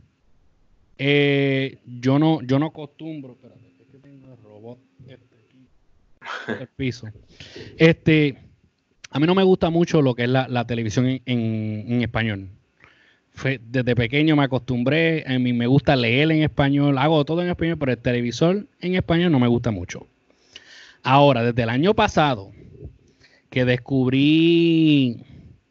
eh, yo no, yo no acostumbro, espérate, es que tengo el robot este aquí, el piso. Este, a mí no me gusta mucho lo que es la, la televisión en, en, en español. Fue, desde pequeño me acostumbré, a mí me gusta leer en español, hago todo en español, pero el televisor en español no me gusta mucho. Ahora, desde el año pasado, que descubrí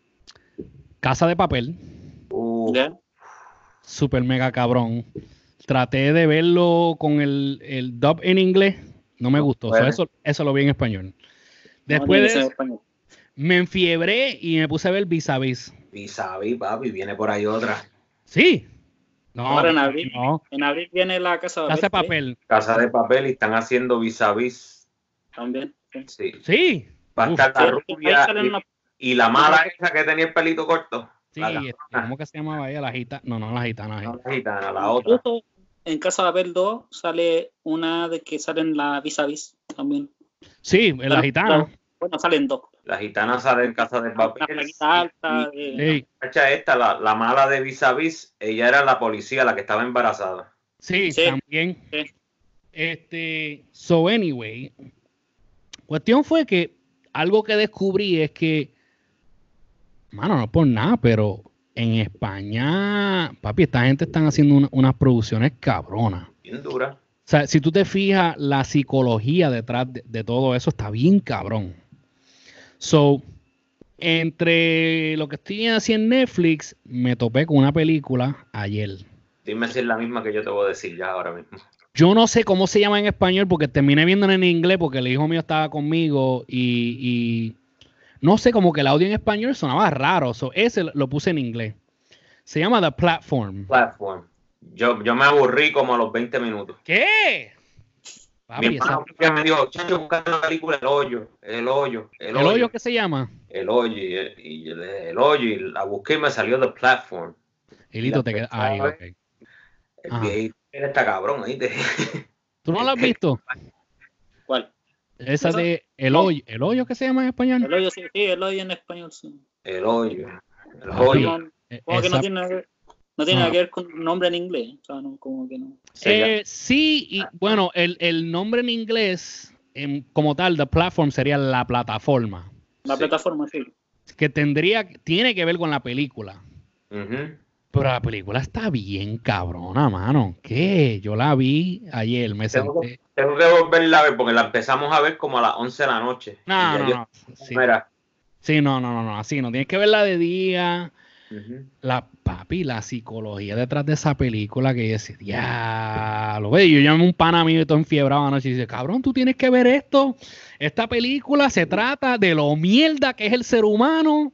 Casa de Papel, Uh, ¿Ya? super mega cabrón, traté de verlo con el, el dub en inglés, no me No gustó, puede. so, eso, eso lo vi en español. No, Después tiene que de ser en eso, español. me enfiebré y me puse a ver Vis a Vis. y sabí, papi, viene por ahí otra. Sí. No, Ahora en Vis a abril, Vis no. en abril viene la Casa de Casa de Papel. Papel. Casa de Papel y están haciendo vis a vis. También. Sí. Sí. Sí. Va a Uf, estar la Sí, ahí rubia salen y, una- y la mala esa que tenía el pelito corto. sí, La este, ¿cómo que se llamaba ella? La gitana. No, no, la gitana. No, la gitana, la otra. Incluso en Casa de Papel dos sale una de que salen la Vis a Vis también. Sí, la Claro, gitana. claro. Bueno, salen dos. La gitana sale en Casa de Una Papel. flaquita alta. Y- y- eh, Sí, Cacha esta, la, la mala de vis a vis, ella era la policía, la que estaba embarazada. sí, Sí. también. Sí. Este, so anyway, cuestión fue que algo que descubrí es que, mano, no por nada, pero en España, papi, esta gente están haciendo una- unas producciones cabronas. Bien dura. O sea, si tú te fijas, la psicología detrás de, de todo eso está bien cabrón. So, entre lo que estoy haciendo en Netflix, me topé con una película ayer. Dime si es la misma que yo te voy a decir ya ahora mismo. Yo no sé cómo se llama en español porque terminé viéndola en inglés porque el hijo mío estaba conmigo y, y no sé, como que el audio en español sonaba raro. So, ese lo puse en inglés. Se llama The Platform. Platform. Yo, yo me aburrí como a los veinte minutos. ¿Qué? Papi, Mi hermano esa- me dijo, chacho, buscando la película El Hoyo, El Hoyo, El ¿el Hoyo, hoyo qué se llama? El Hoyo, y, y yo le dije, El Hoyo, y la busqué y me salió The Platform. Y listo, te queda. Ahí, ok. El Ajá. viejito está cabrón, ¿viste? ¿Tú no la has visto? ¿Cuál? Esa ¿Esa? de El No. Hoyo. ¿El Hoyo qué se llama en español? El hoyo, sí, sí, el hoyo en español. Sí. El Hoyo, El Papi, Hoyo. No, eh, como que esa- no tiene, nada que- no tiene No. nada que ver con un nombre en inglés. O sea, no, como que no. Eh, sí, y bueno, el, el nombre en inglés, em, como tal, The Platform sería la plataforma. La Sí. plataforma, sí. Que tendría, tiene que ver con la película. Ujú. Pero la película está bien cabrona, mano. ¿Qué? Yo la vi ayer, me Tengo, senté. tengo que volverla a ver porque la empezamos a ver como a las once de la noche. No, no, yo, no. Sí. Mira. sí, no, no, no, no, así no. Tienes que verla de día. Uh-huh. La papi, la psicología detrás de esa película que yo decía, ya lo veo. Yo llamé a un pana mío y todo enfiebrado anoche y dice, cabrón, tú tienes que ver esto. Esta película se trata de lo mierda que es el ser humano.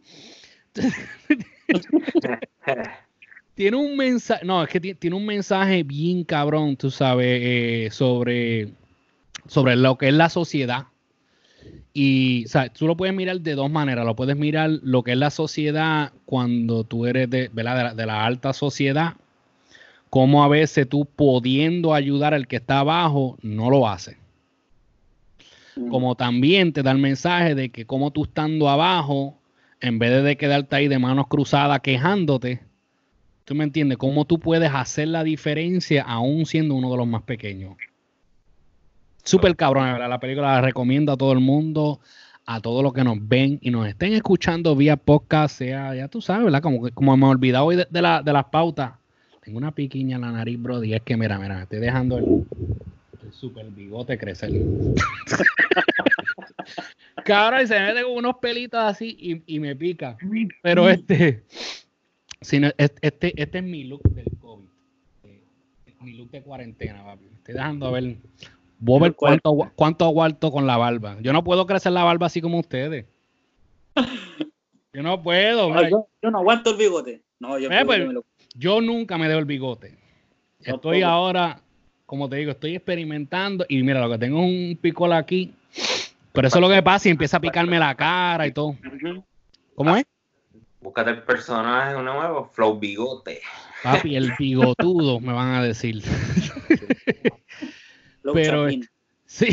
Tiene un mensaje, no, es que t- tiene un mensaje bien cabrón, tú sabes, eh, sobre, sobre lo que es la sociedad. Y, o sea, tú lo puedes mirar de dos maneras. Lo puedes mirar lo que es la sociedad cuando tú eres de, ¿verdad? de, la, de la alta sociedad, como a veces tú pudiendo ayudar al que está abajo, no lo haces. Como también te da el mensaje de que como tú estando abajo, en vez de quedarte ahí de manos cruzadas quejándote, ¿tú me entiendes? Cómo tú puedes hacer la diferencia aún siendo uno de los más pequeños. Súper cabrón, ¿verdad? La película la recomiendo a todo el mundo, a todos los que nos ven y nos estén escuchando vía podcast, sea, ya tú sabes, ¿verdad? Como, como me he olvidado hoy de, de, la, de las pautas. Tengo una piquiña en la nariz, bro, y es que, mira, mira, me estoy dejando el, el super bigote crecer. Cabrón, y se me mete con unos pelitos así y, y me pica. Pero este, si no, este, este es mi look del COVID. Mi look de cuarentena, papi. Estoy dejando a ver... Voy a ver cuánto, cuánto aguanto con la barba. Yo no puedo crecer la barba así como ustedes. Yo no puedo. No, yo, yo no aguanto el bigote. No, yo, eh, pues, yo, me lo... yo nunca me dejo el bigote. No, estoy poco. ahora, como te digo, estoy experimentando. Y mira, lo que tengo es un picola aquí. Pero eso es lo que pasa y empieza a picarme la cara y todo. Uh-huh. ¿Cómo es? Búscate el personaje nuevo, Flow Bigote. Papi, el bigotudo, me van a decir. Pero sí.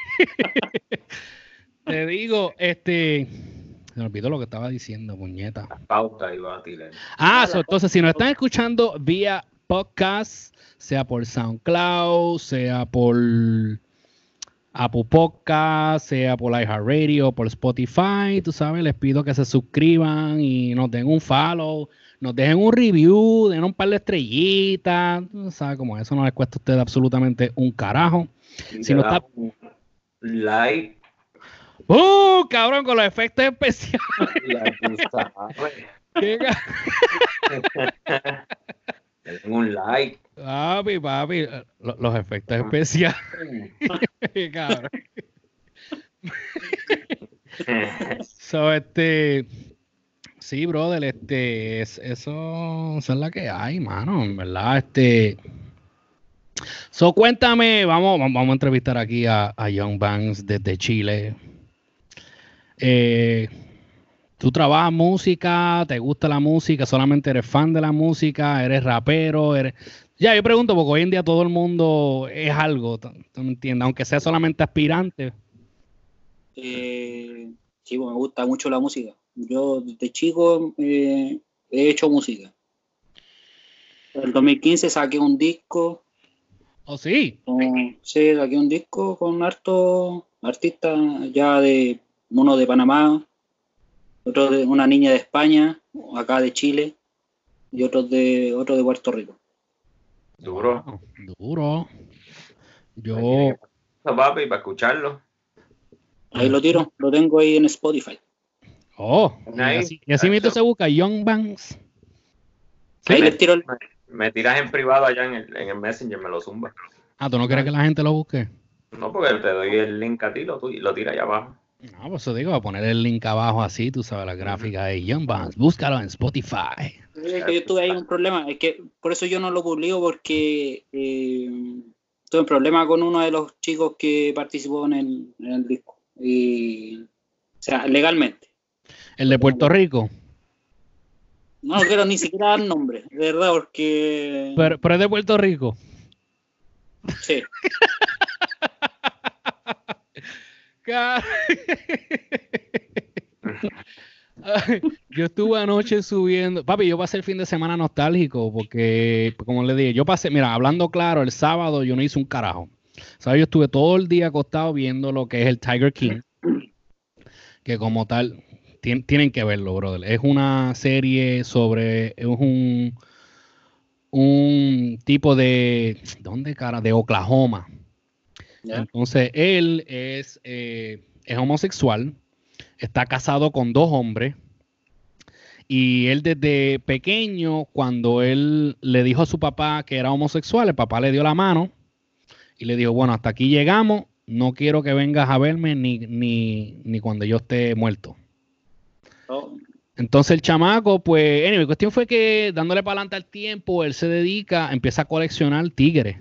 Te digo, este, me olvidó lo que estaba diciendo, puñeta. La pauta iba a tirar. Ah, so, entonces si nos están escuchando vía podcast, sea por SoundCloud, sea por Apple Podcast, sea por iHeartRadio, por Spotify, tú sabes, les pido que se suscriban y nos den un follow, nos dejen un review, den un par de estrellitas, tú sabes, como eso no les cuesta a ustedes absolutamente un carajo. Y si no está... like. ¡Uh, cabrón, con los efectos especiales! ¿Qué un like. Papi, papi, los, los efectos especiales. Cabrón. so, este, sí, brother, este, es, eso, eso es la que hay, mano, en verdad, este. So, cuéntame, vamos, vamos a entrevistar aquí a, a Young Banks desde Chile. Eh, ¿Tú trabajas música? ¿Te gusta la música? ¿Solamente eres fan de la música? ¿Eres rapero? ¿Eres... Ya, yo pregunto porque hoy en día todo el mundo es algo, ¿tú me entiendes? Aunque sea solamente aspirante. Eh, sí, me gusta mucho la música. Yo desde chico eh, he hecho música. En el dos mil quince saqué un disco. ¿Oh, sí? Con, sí, saqué un disco con hartos artistas ya de uno de Panamá, otro de una niña de España, acá de Chile y otro de otro de Puerto Rico. Duro. Wow, duro. Yo... Papi, para escucharlo. Ahí lo tiro, lo tengo ahí en Spotify. Oh, y así, y así mismo se busca Young Banks. Sí, ahí me, le tiro el... me tiras en privado allá en el, en el Messenger, me lo zumba. Ah, ¿tú no quieres que la gente lo busque? No, porque te doy el link a ti lo, y lo tira allá abajo. No, pues eso digo, voy a poner el link abajo así, tú sabes, la gráfica de Young Banks. Búscalo en Spotify. Es que yo tuve ahí un problema, es que por eso yo no lo publico porque eh, tuve un problema con uno de los chicos que participó en el, en el disco. Y, o sea, legalmente. ¿El de Puerto Rico? No, no quiero ni siquiera dar nombre, de verdad, porque... Pero, pero es de Puerto Rico. Sí. Yo estuve anoche subiendo, papi, yo pasé el fin de semana nostálgico porque, como le dije, yo pasé, mira, hablando claro, el sábado yo no hice un carajo. ¿Sabes? Yo estuve todo el día acostado viendo lo que es el Tiger King, que como tal, tien, tienen que verlo, brother. Es una serie sobre, es un, un tipo de, ¿dónde cara? De Oklahoma. ¿Ya? Entonces él es, eh, es homosexual, está casado con dos hombres y él desde pequeño, cuando él le dijo a su papá que era homosexual, el papá le dio la mano y le dijo, bueno, hasta aquí llegamos, no quiero que vengas a verme ni, ni, ni cuando yo esté muerto. Oh, Entonces el chamaco, pues, anyway, la cuestión fue que dándole para adelante al tiempo, él se dedica, empieza a coleccionar tigres.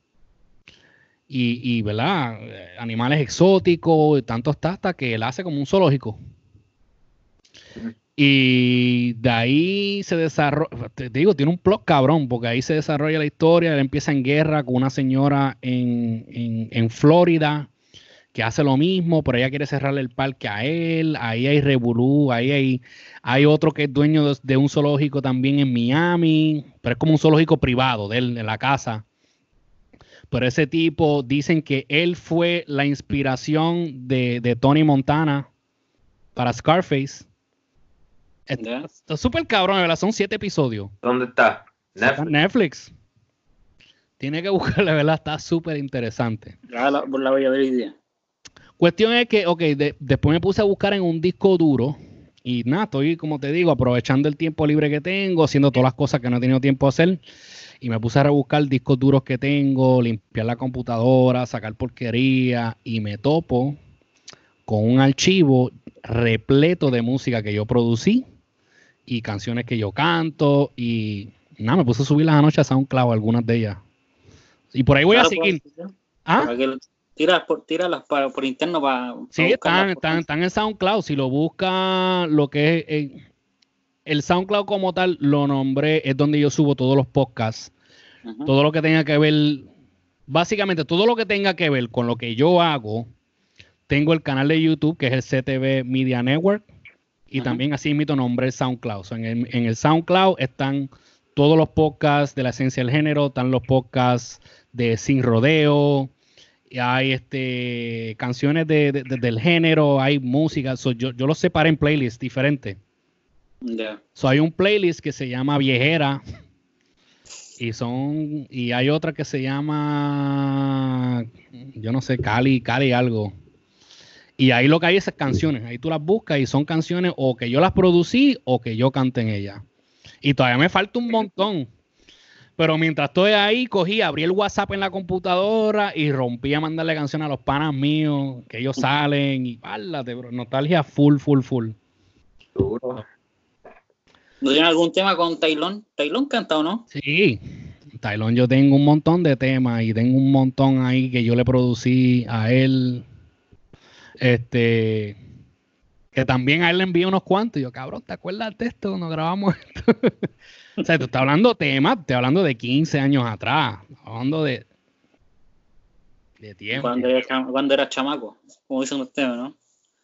Y, y, ¿verdad? Eh, Animales exóticos, y tanto está hasta que él hace como un zoológico. Y de ahí se desarrolla, te digo, tiene un plot cabrón, porque ahí se desarrolla la historia. Él empieza en guerra con una señora en, en, en Florida que hace lo mismo, pero ella quiere cerrarle el parque a él. Ahí hay revolú, ahí hay, hay otro que es dueño de, de un zoológico también en Miami, pero es como un zoológico privado de él, en la casa. Pero ese tipo, dicen que él fue la inspiración de, de Tony Montana para Scarface. ¿ya? Está súper cabrón, ¿verdad? Son siete episodios. ¿Dónde está? Netflix. Netflix. Tiene que buscarle, ¿verdad? Está súper interesante. La, la, la voy a ver hoy día. Cuestión es que, ok, de, después me puse a buscar en un disco duro y nada, estoy, como te digo, aprovechando el tiempo libre que tengo, haciendo todas las cosas que no he tenido tiempo a hacer y me puse a rebuscar discos duros que tengo, limpiar la computadora, sacar porquería y me topo con un archivo repleto de música que yo producí y canciones que yo canto y nada, me puse a subirlas anoche a SoundCloud, algunas de ellas. Y por ahí voy Claro, a seguir. pues, ¿Ah? para que tiras por, tíralas para, por interno para. Sí, están, están, están en SoundCloud. Si lo busca lo que es eh, el SoundCloud como tal, lo nombré, es donde yo subo todos los podcasts. Uh-huh. Todo lo que tenga que ver, básicamente todo lo que tenga que ver con lo que yo hago. Tengo el canal de YouTube, que es el C T V Media Network. Y uh-huh. también así mismo nombré el SoundCloud. So, en, el, en el SoundCloud están todos los podcasts de la esencia del género, están los podcasts de Sin Rodeo, y hay este, canciones de, de, de, del género, hay música. So, yo, yo los separé en playlists diferentes. Yeah. So, hay un playlist que se llama Viejera. Y son y hay otra que se llama, yo no sé, Cali, Cali algo. Y ahí lo que hay es esas canciones. Ahí tú las buscas y son canciones o que yo las producí o que yo cante en ellas. Y todavía me falta un montón. Pero mientras estoy ahí, cogí, abrí el WhatsApp en la computadora y rompí a mandarle canciones a los panas míos, que ellos salen y párlate, bro. Nostalgia full, full, full. Duro. ¿No tiene algún tema con Taylon? ¿Taylon canta o no? Sí. Taylon, yo tengo un montón de temas y tengo un montón ahí que yo le producí a él. Este... Que también a él le envié unos cuantos. Y yo, cabrón, ¿te acuerdas de esto cuando grabamos esto? O sea, tú estás hablando de temas, te hablando de quince años atrás. Hablando de... De tiempo. Cuando eras cuando era chamaco, como dicen ustedes, ¿no?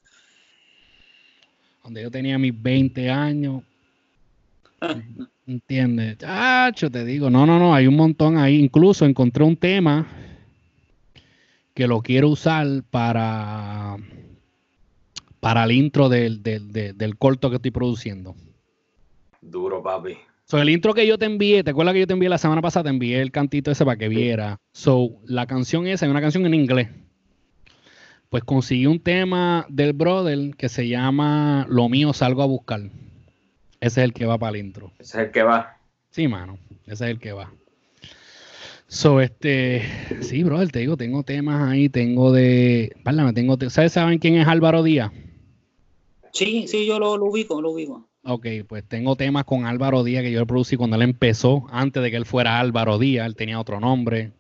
Cuando yo tenía mis veinte años. ¿Entiendes? Chacho, te digo. No, no, no. Hay un montón ahí. Incluso encontré un tema que lo quiero usar para... para el intro del, del, del, del corto que estoy produciendo. Duro, papi. So, el intro que yo te envié, ¿te acuerdas que yo te envié la semana pasada? Te envié el cantito ese para que viera. So, la canción esa es una canción en inglés. Pues conseguí un tema del brother que se llama Lo mío salgo a buscar. Ese es el que va para el intro. Ese es el que va. Sí, mano. Ese es el que va. So, este... Sí, brother, te digo, tengo temas ahí, tengo de... Párlame, tengo... ¿Sabes, saben quién es Álvaro Díaz? Sí, sí, yo lo, lo ubico, lo ubico. Ok, pues tengo temas con Álvaro Díaz que yo le producí cuando él empezó, antes de que él fuera Álvaro Díaz, él tenía otro nombre.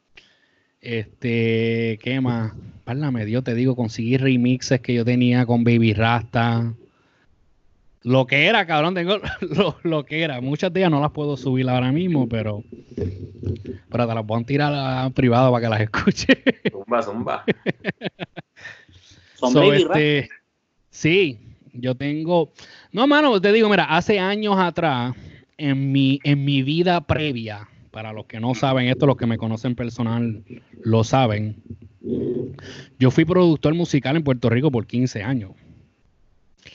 Este, ¿qué más? Párlame, Dios, te digo, conseguí remixes que yo tenía con Baby Rasta. Lo que era, cabrón, tengo lo, lo que era. Muchas de ellas no las puedo subir ahora mismo, pero, pero te las voy a tirar a privado para que las escuche. Zumba, zumba. So, este, sí, yo tengo... No, mano, te digo, mira, hace años atrás, en mi, en mi vida previa, para los que no saben esto, los que me conocen personal lo saben, yo fui productor musical en Puerto Rico por quince años.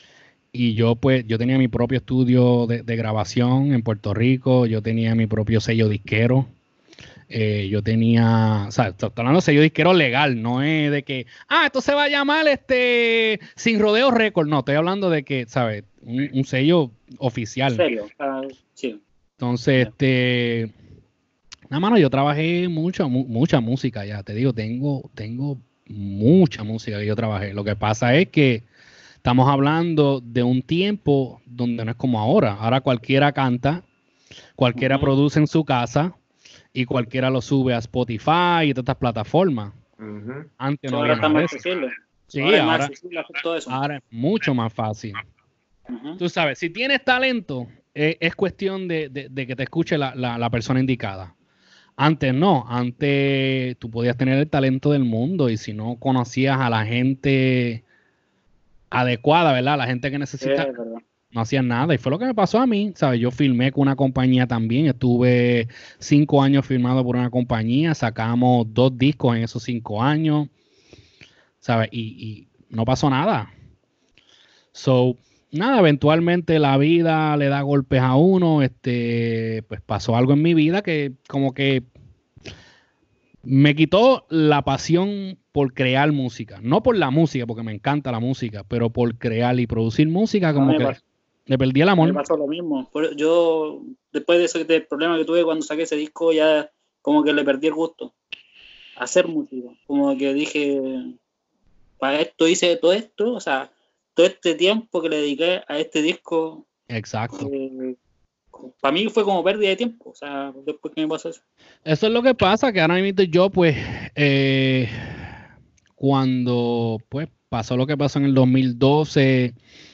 y yo pues, yo tenía mi propio estudio de, de grabación en Puerto Rico, yo tenía mi propio sello disquero. Eh, yo tenía, o sea, estoy hablando de sello disquero legal, no es de que, ah, esto se va a llamar este Sin Rodeo Record, no, estoy hablando de que, ¿sabes? Un, un sello oficial. ¿En serio? Ah, sí. Entonces, este, nada mano, yo trabajé mucha, mu- mucha música ya, te digo, tengo, tengo mucha música que yo trabajé. Lo que pasa es que estamos hablando de un tiempo donde no es como ahora. Ahora cualquiera canta, cualquiera Ujú. produce en su casa y cualquiera lo sube a Spotify y todas estas plataformas. Ujú. Antes Sí, no ahora había está nada de más eso. accesible. Sí, Ahora es más ahora, accesible hacer todo eso. ahora es mucho más fácil. Ujú. Tú sabes, si tienes talento, eh, es cuestión de, de- de que te escuche la, la- la persona indicada. Antes no, antes tú podías tener el talento del mundo y si no conocías a la gente adecuada, ¿verdad? La gente que Sí, necesita, es verdad. no hacían nada. Y fue lo que me pasó a mí, ¿sabes? Yo filmé con una compañía también, estuve cinco años filmado por una compañía, sacamos dos discos en esos cinco años, ¿sabes? Y, y no pasó nada. So, nada, eventualmente la vida le da golpes a uno, este, pues pasó algo en mi vida que como que me quitó la pasión por crear música. No por la música, porque me encanta la música, pero por crear y producir música, A mí como me que pasó, le perdí el a mí me amor. pasó lo mismo. Por- yo, después de ese del problema que tuve cuando saqué ese disco, ya como que le perdí el gusto a hacer música. Como que dije, para esto hice todo esto, o sea, todo este tiempo que le dediqué a este disco, Exacto. eh, para mí fue como pérdida de tiempo. O sea, después que me pasó eso. Eso es lo que pasa, que ahora mismo yo, pues, eh, cuando pues pasó lo que pasó en el dos mil doce,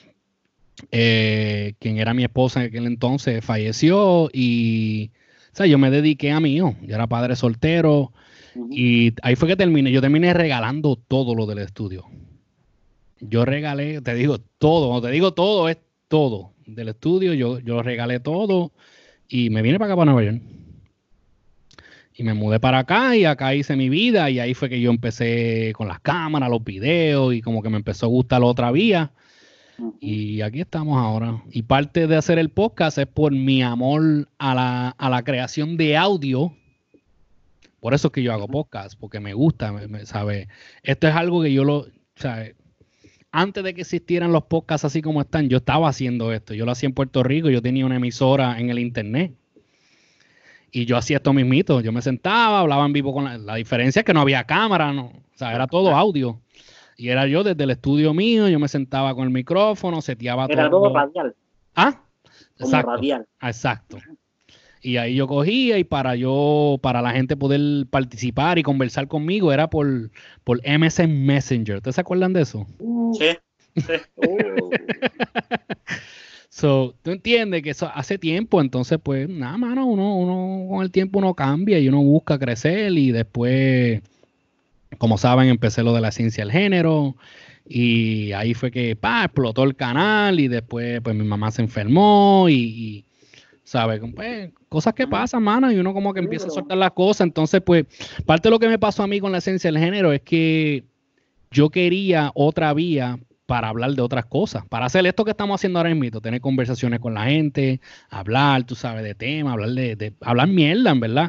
eh, quien era mi esposa en aquel entonces falleció y, o sea, yo me dediqué a mí, hijo. Yo era padre soltero Ujú. y ahí fue que terminé. Yo terminé regalando todo lo del estudio. Yo regalé, te digo todo, cuando te digo todo, es todo del estudio. Yo, yo regalé todo y me vine para acá, para Nueva York. Y me mudé para acá y acá hice mi vida y ahí fue que yo empecé con las cámaras, los videos y como que me empezó a gustar la otra vía. Ujú. Y aquí estamos ahora. Y parte de hacer el podcast es por mi amor a la, a la creación de audio. Por eso es que yo hago podcast, porque me gusta, me, me- ¿sabe? Esto es algo que yo lo, ¿sabe? Antes de que existieran los podcasts así como están, yo estaba haciendo esto. Yo lo hacía en Puerto Rico, yo tenía una emisora en el internet. Y yo hacía esto mismito. Yo me sentaba, hablaba en vivo con la, la diferencia es que no había cámara, ¿no? O sea, era todo audio. Y era yo desde el estudio mío, yo me sentaba con el micrófono, seteaba Era todo todo. radial, Ah, como exacto, radial. exacto. Y ahí yo cogía y para yo, para la gente poder participar y conversar conmigo era por, por M S N Messenger. ¿Ustedes se acuerdan de eso? Sí, sí. Uh, So, tú entiendes que eso hace tiempo, entonces pues nada, mano, uno, uno con el tiempo uno cambia y uno busca crecer y después, como saben, empecé lo de la ciencia del género y ahí fue que, pa, explotó el canal y después pues mi mamá se enfermó y, y ¿sabes? Pues, cosas que ujú. pasan, mano, y uno como que Sí, empieza a pero soltar las cosas, entonces pues parte de lo que me pasó a mí con la esencia del género es que yo quería otra vía para hablar de otras cosas, para hacer esto que estamos haciendo ahora mismo, tener conversaciones con la gente, hablar, tú sabes, de temas, hablar de, de hablar mierda, en verdad.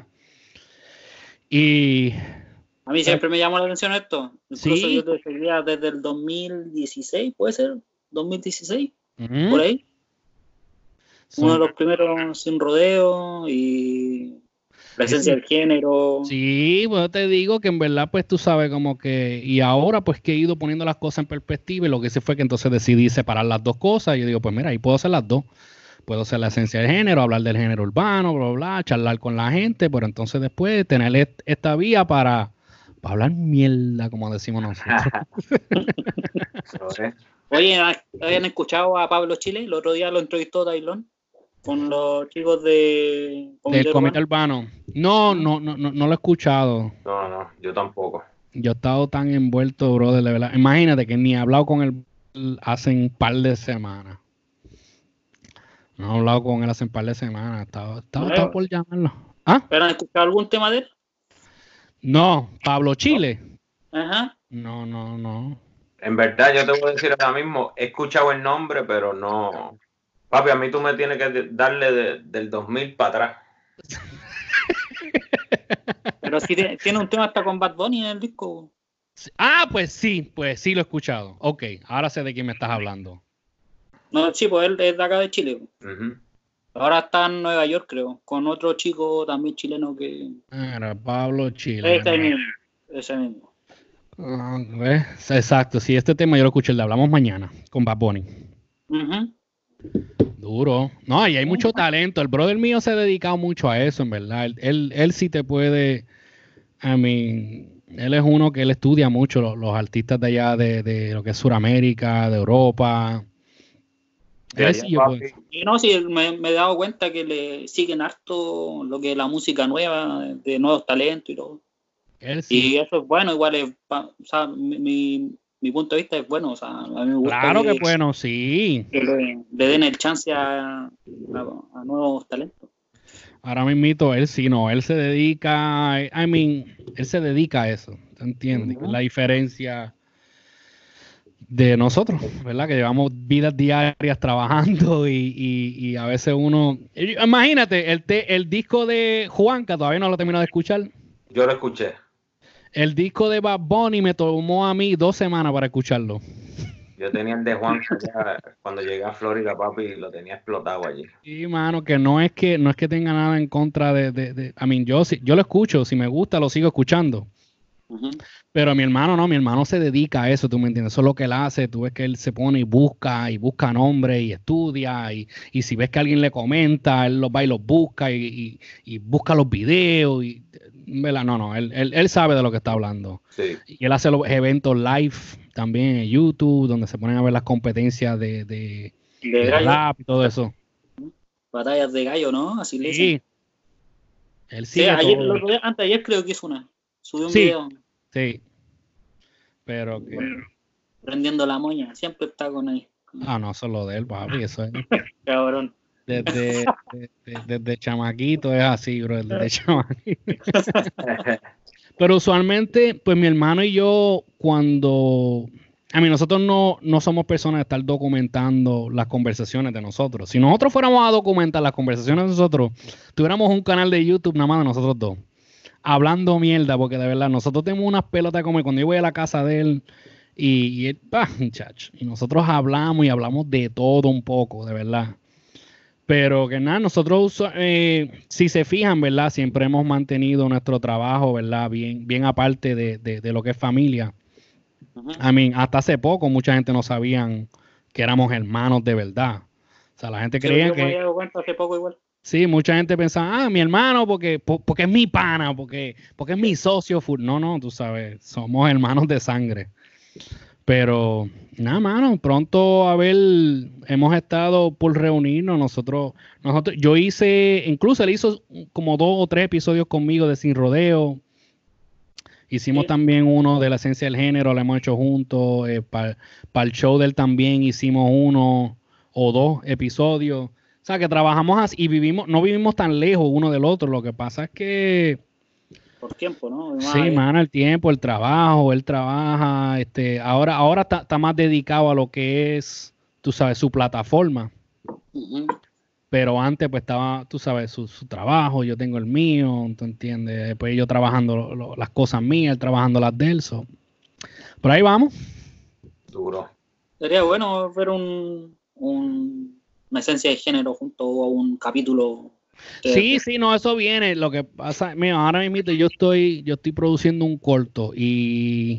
Y a mí pues, siempre me llamó la atención esto. Incluso yo sí, te seguía desde el dos mil dieciséis, ¿puede ser? dos mil dieciséis, por ujú, ahí. Uno de son, los primeros sin rodeo y la esencia ese- del género. sí, pues te digo que en verdad, pues tú sabes como que, y ahora pues que he ido poniendo las cosas en perspectiva y lo que hice fue que entonces decidí separar las dos cosas y yo digo, pues mira, ahí puedo hacer las dos. Puedo hacer la esencia del género, hablar del género urbano, bla, bla, bla, charlar con la gente, pero entonces después tener est- esta vía para, para hablar mierda, como decimos nosotros. Eso es. Oye, ¿habían escuchado a Pablo Chile? El otro día lo entrevistó Tailón con los chicos de Del Comité comité Urbano. urbano. No, ¿Mm? no, no, no, no lo he escuchado. No, no, yo tampoco. Yo he estado tan envuelto, brother, de verdad. Imagínate que ni he hablado con él hace un par de semanas. No he hablado con él hace un par de semanas. Estaba, estaba, estaba ¿No? por llamarlo. ¿Ah? ¿Pero han escuchado algún tema de él? No, Pablo ¿No? Chile. Ajá. No, no, no. En verdad, yo te voy a decir ahora mismo, he escuchado el nombre, pero no. Papi, a mí tú me tienes que darle de, del dos mil para atrás. Pero sí tiene, tiene un tema hasta con Bad Bunny en el disco. Ah, pues sí, pues sí lo he escuchado. Ok, ahora sé de quién me estás hablando. No, sí, pues él es de acá de Chile. Uh-huh. Ahora está en Nueva York, creo, con otro chico también chileno que... Era Pablo Chile. Ese mismo, ese mismo. Ah, ¿ves? Exacto, sí, este tema yo lo escuché, el de Hablamos Mañana, con Bad Bunny. Uh-huh. Duro. No, y hay mucho talento. El brother mío se ha dedicado mucho a eso, en verdad. Él, él, él sí te puede... I mean, él es uno que él estudia mucho los, los artistas de allá de, de lo que es Sudamérica, de Europa. De Él allá, sí, yo puedo. papi. Y no, sí, me, me he dado cuenta que le siguen harto lo que es la música nueva, de nuevos talentos y todo. Él sí. Y eso es bueno, igual es, pa- o sea, mi, mi, mi punto de vista es bueno, o sea, a mí me gusta Claro que que, bueno, sí. que le, le den el chance a, a, a nuevos talentos. Ahora mismito, él sí, no, él se dedica, I mean, él se dedica a eso, ¿te entiendes? Uh-huh. La diferencia de nosotros, ¿verdad? Que llevamos vidas diarias trabajando y, y, y a veces uno... Imagínate, el, te, el disco de Juanca, todavía no lo he terminado de escuchar. Yo lo escuché. El disco de Bad Bunny me tomó a mí dos semanas para escucharlo. Yo tenía el de Juan cuando llegué a Florida, papi, lo tenía explotado allí. Sí, mano, que no es que no es que tenga nada en contra de... de, de I mean, yo, yo lo escucho, si me gusta lo sigo escuchando. Uh-huh. Pero mi hermano no, mi hermano se dedica a eso, tú me entiendes, eso es lo que él hace, tú ves que él se pone y busca, y busca nombres, y estudia, y, y si ves que alguien le comenta, él los va y los busca, y, y, y busca los videos, y, ¿verdad? No, no, él, él, él sabe de lo que está hablando. Sí. Y él hace los eventos live también en YouTube, donde se ponen a ver las competencias de, de, De de gallo, rap y todo eso. batallas de gallo, ¿no? Así le dicen. Sí, él Sí, sigue ayer, todo. el otro día, antes de ayer creo que hizo una, subió un Sí, video sí, pero que... prendiendo la moña, siempre está con ahí. Ah, no, eso es lo de él, papi, eso es... Cabrón. Desde, desde, desde chamaquito es así, bro, desde chamaquito. Pero usualmente, pues mi hermano y yo, cuando... A mí, nosotros no, no somos personas de estar documentando las conversaciones de nosotros. Si nosotros fuéramos a documentar las conversaciones de nosotros, tuviéramos un canal de YouTube nada más de nosotros dos, hablando mierda, porque de verdad, nosotros tenemos unas pelotas como cuando yo voy a la casa de él y, y él, ah, muchacho, y nosotros hablamos y hablamos de todo un poco, de verdad. Pero que nada, nosotros, eh, si se fijan, ¿verdad? Siempre hemos mantenido nuestro trabajo, ¿verdad? Bien, bien aparte de, de, de lo que es familia. Uh-huh. I mean, hasta hace poco mucha gente no sabían que éramos hermanos de verdad. O sea, la gente Sí, creía yo me que... había dado cuenta hace poco igual. Sí, mucha gente pensaba, ah, mi hermano, porque, porque es mi pana, porque, porque es mi socio. No, no, tú sabes, somos hermanos de sangre. Pero nada, mano, pronto a ver, hemos estado por reunirnos, nosotros, nosotros, yo hice, incluso él hizo como dos o tres episodios conmigo de Sin Rodeo. Hicimos Sí. también uno de La Esencia del Género, lo hemos hecho juntos. Eh, Para pa el show de él también hicimos uno o dos episodios. O sea, que trabajamos así y vivimos, no vivimos tan lejos uno del otro. Lo que pasa es que Por tiempo, ¿no? sí, mano, el tiempo, el trabajo, él trabaja, este, ahora, ahora está, está más dedicado a lo que es, tú sabes, su plataforma. Uh-huh. Pero antes, pues estaba, tú sabes, su, su trabajo, yo tengo el mío, ¿tú entiendes? Después yo trabajando lo, lo, las cosas mías, él trabajando las de él. So. Por ahí vamos. Duro. Sería bueno ver un, un, una esencia de género junto a un capítulo. Sí, sí, no, eso viene. Lo que pasa, mira, ahora mismo yo estoy, yo estoy produciendo un corto y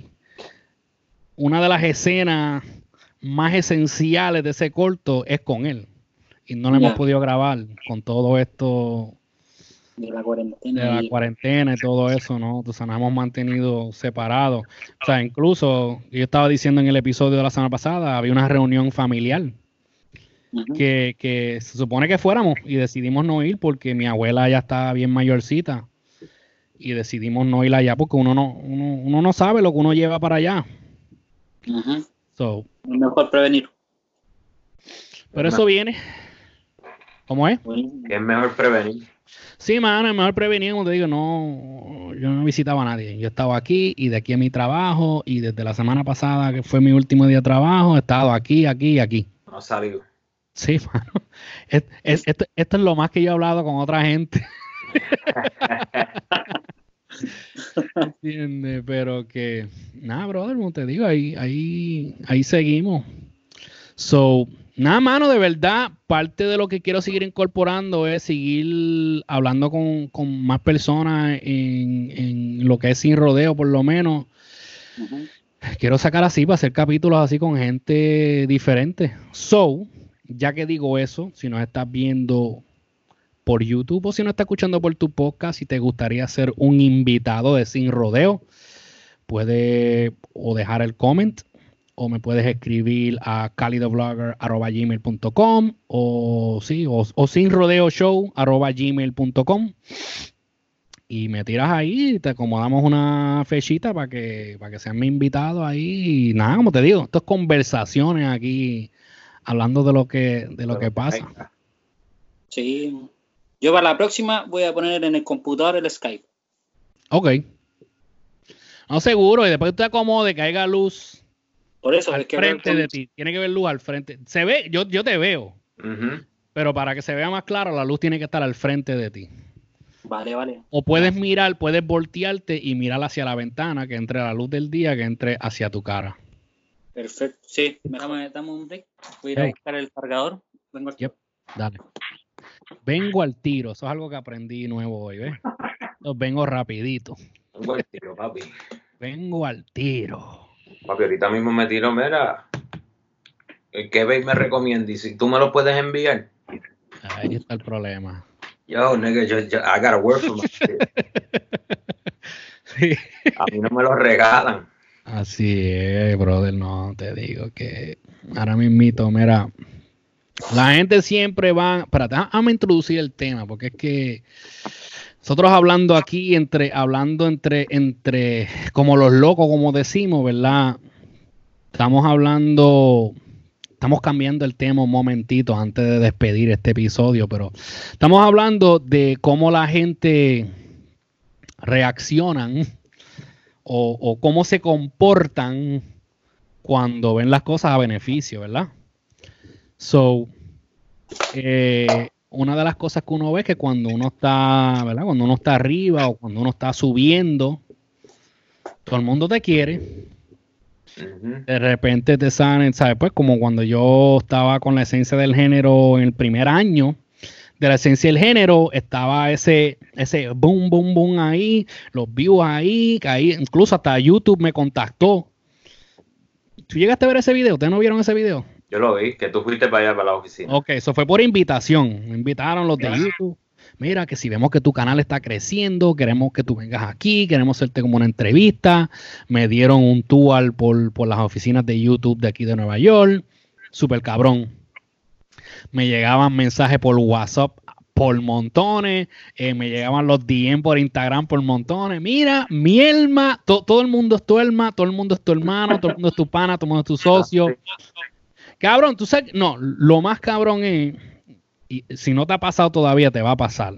una de las escenas más esenciales de ese corto es con él. Y no lo yeah. hemos podido grabar con todo esto de la cuarentena, de la y... cuarentena y todo eso, ¿no? Entonces nos hemos mantenido separados. O sea, incluso, yo estaba diciendo en el episodio de la semana pasada, había una reunión familiar uh-huh. que, que se supone que fuéramos y decidimos no ir porque mi abuela ya está bien mayorcita y decidimos no ir allá porque uno no, uno, uno no sabe lo que uno lleva para allá. Uh-huh. So, mejor prevenir. Pero eso viene. ¿Cómo es? Que es mejor prevenir. Sí, mano, es mejor prevenir, como te digo, no, yo no visitaba a nadie. Yo estaba aquí y de aquí a mi trabajo y desde la semana pasada, que fue mi último día de trabajo, he estado aquí, aquí y aquí. No salió. Sí, mano. Es, es, esto, esto es lo más que yo he hablado con otra gente. ¿Entiendes? Pero que, nada, brother, como te digo, ahí, ahí, ahí seguimos. So, nada, mano, de verdad, parte de lo que quiero seguir incorporando es seguir hablando con, con más personas en, en lo que es Sin Rodeo, por lo menos. Uh-huh. Quiero sacar así para hacer capítulos así con gente diferente. So, ya que digo eso, si nos estás viendo por YouTube o si nos estás escuchando por tu podcast, si te gustaría ser un invitado de Sin Rodeo, puedes o dejar el comment o me puedes escribir a calidoblogger arroba gmail punto com o sí, o, o sinrodeoshow arroba gmail punto com y me tiras ahí y te acomodamos una fechita para que, para que sean mi invitado ahí. Y nada, como te digo, estas conversaciones aquí hablando de lo que, de lo que pasa. Sí. Yo para la próxima voy a poner en el computador el Skype. Ok. No, seguro, y después que te acomode, que haya luz. Por eso al es que frente de ti, tiene que ver luz al frente. Se ve, yo, yo te veo, uh-huh. pero para que se vea más claro, la luz tiene que estar al frente de ti. Vale, vale. O puedes mirar, puedes voltearte y mirar hacia la ventana, que entre la luz del día, que entre hacia tu cara. Perfecto, sí. Dame, dame un break. Voy a ir hey. a buscar el cargador. Vengo al yep. Dale. Vengo al tiro, eso es algo que aprendí nuevo hoy, ¿ves? Entonces, vengo rapidito. Vengo al tiro, papi. Vengo al tiro. Papi, ahorita mismo me tiro, mira, ¿qué veis me recomienda? Y si tú me lo puedes enviar. Ahí está el problema. Yo, nigga, yo, yo, I gotta work for my shit. Sí. A mí no me lo regalan. Así es, brother, no, te digo que ahora mismito, mira, la gente siempre va, espérate, vamos a introducir el tema, porque es que nosotros hablando aquí, entre, hablando entre, entre, como los locos, como decimos, ¿verdad? Estamos hablando, estamos cambiando el tema un momentito antes de despedir este episodio, pero estamos hablando de cómo la gente reaccionan o, o cómo se comportan cuando ven las cosas a beneficio, ¿verdad? So, eh, una de las cosas que uno ve es que cuando uno está, ¿verdad? Cuando uno está arriba o cuando uno está subiendo, todo el mundo te quiere. Uh-huh. De repente te salen, ¿sabes? Pues como cuando yo estaba con la esencia del género en el primer año de la esencia del género, estaba ese, ese boom, boom, boom ahí, los views ahí, ahí, incluso hasta YouTube me contactó. ¿Tú llegaste a ver ese video? ¿Ustedes no vieron ese video? Yo lo vi, que tú fuiste para allá, para la oficina. Ok, eso fue por invitación. Me invitaron los de yeah. YouTube. Mira, que si vemos que tu canal está creciendo, queremos que tú vengas aquí, queremos hacerte como una entrevista. Me dieron un tour por, por las oficinas de YouTube de aquí de Nueva York. Súper cabrón. Me llegaban mensajes por WhatsApp por montones. Eh, me llegaban los D M por Instagram por montones. Mira, mi alma, to, todo el mundo es tu alma, todo el mundo es tu hermano, todo el mundo es tu pana, todo el mundo es tu socio. Cabrón, tú sabes, no, lo más cabrón es, y si no te ha pasado todavía, te va a pasar.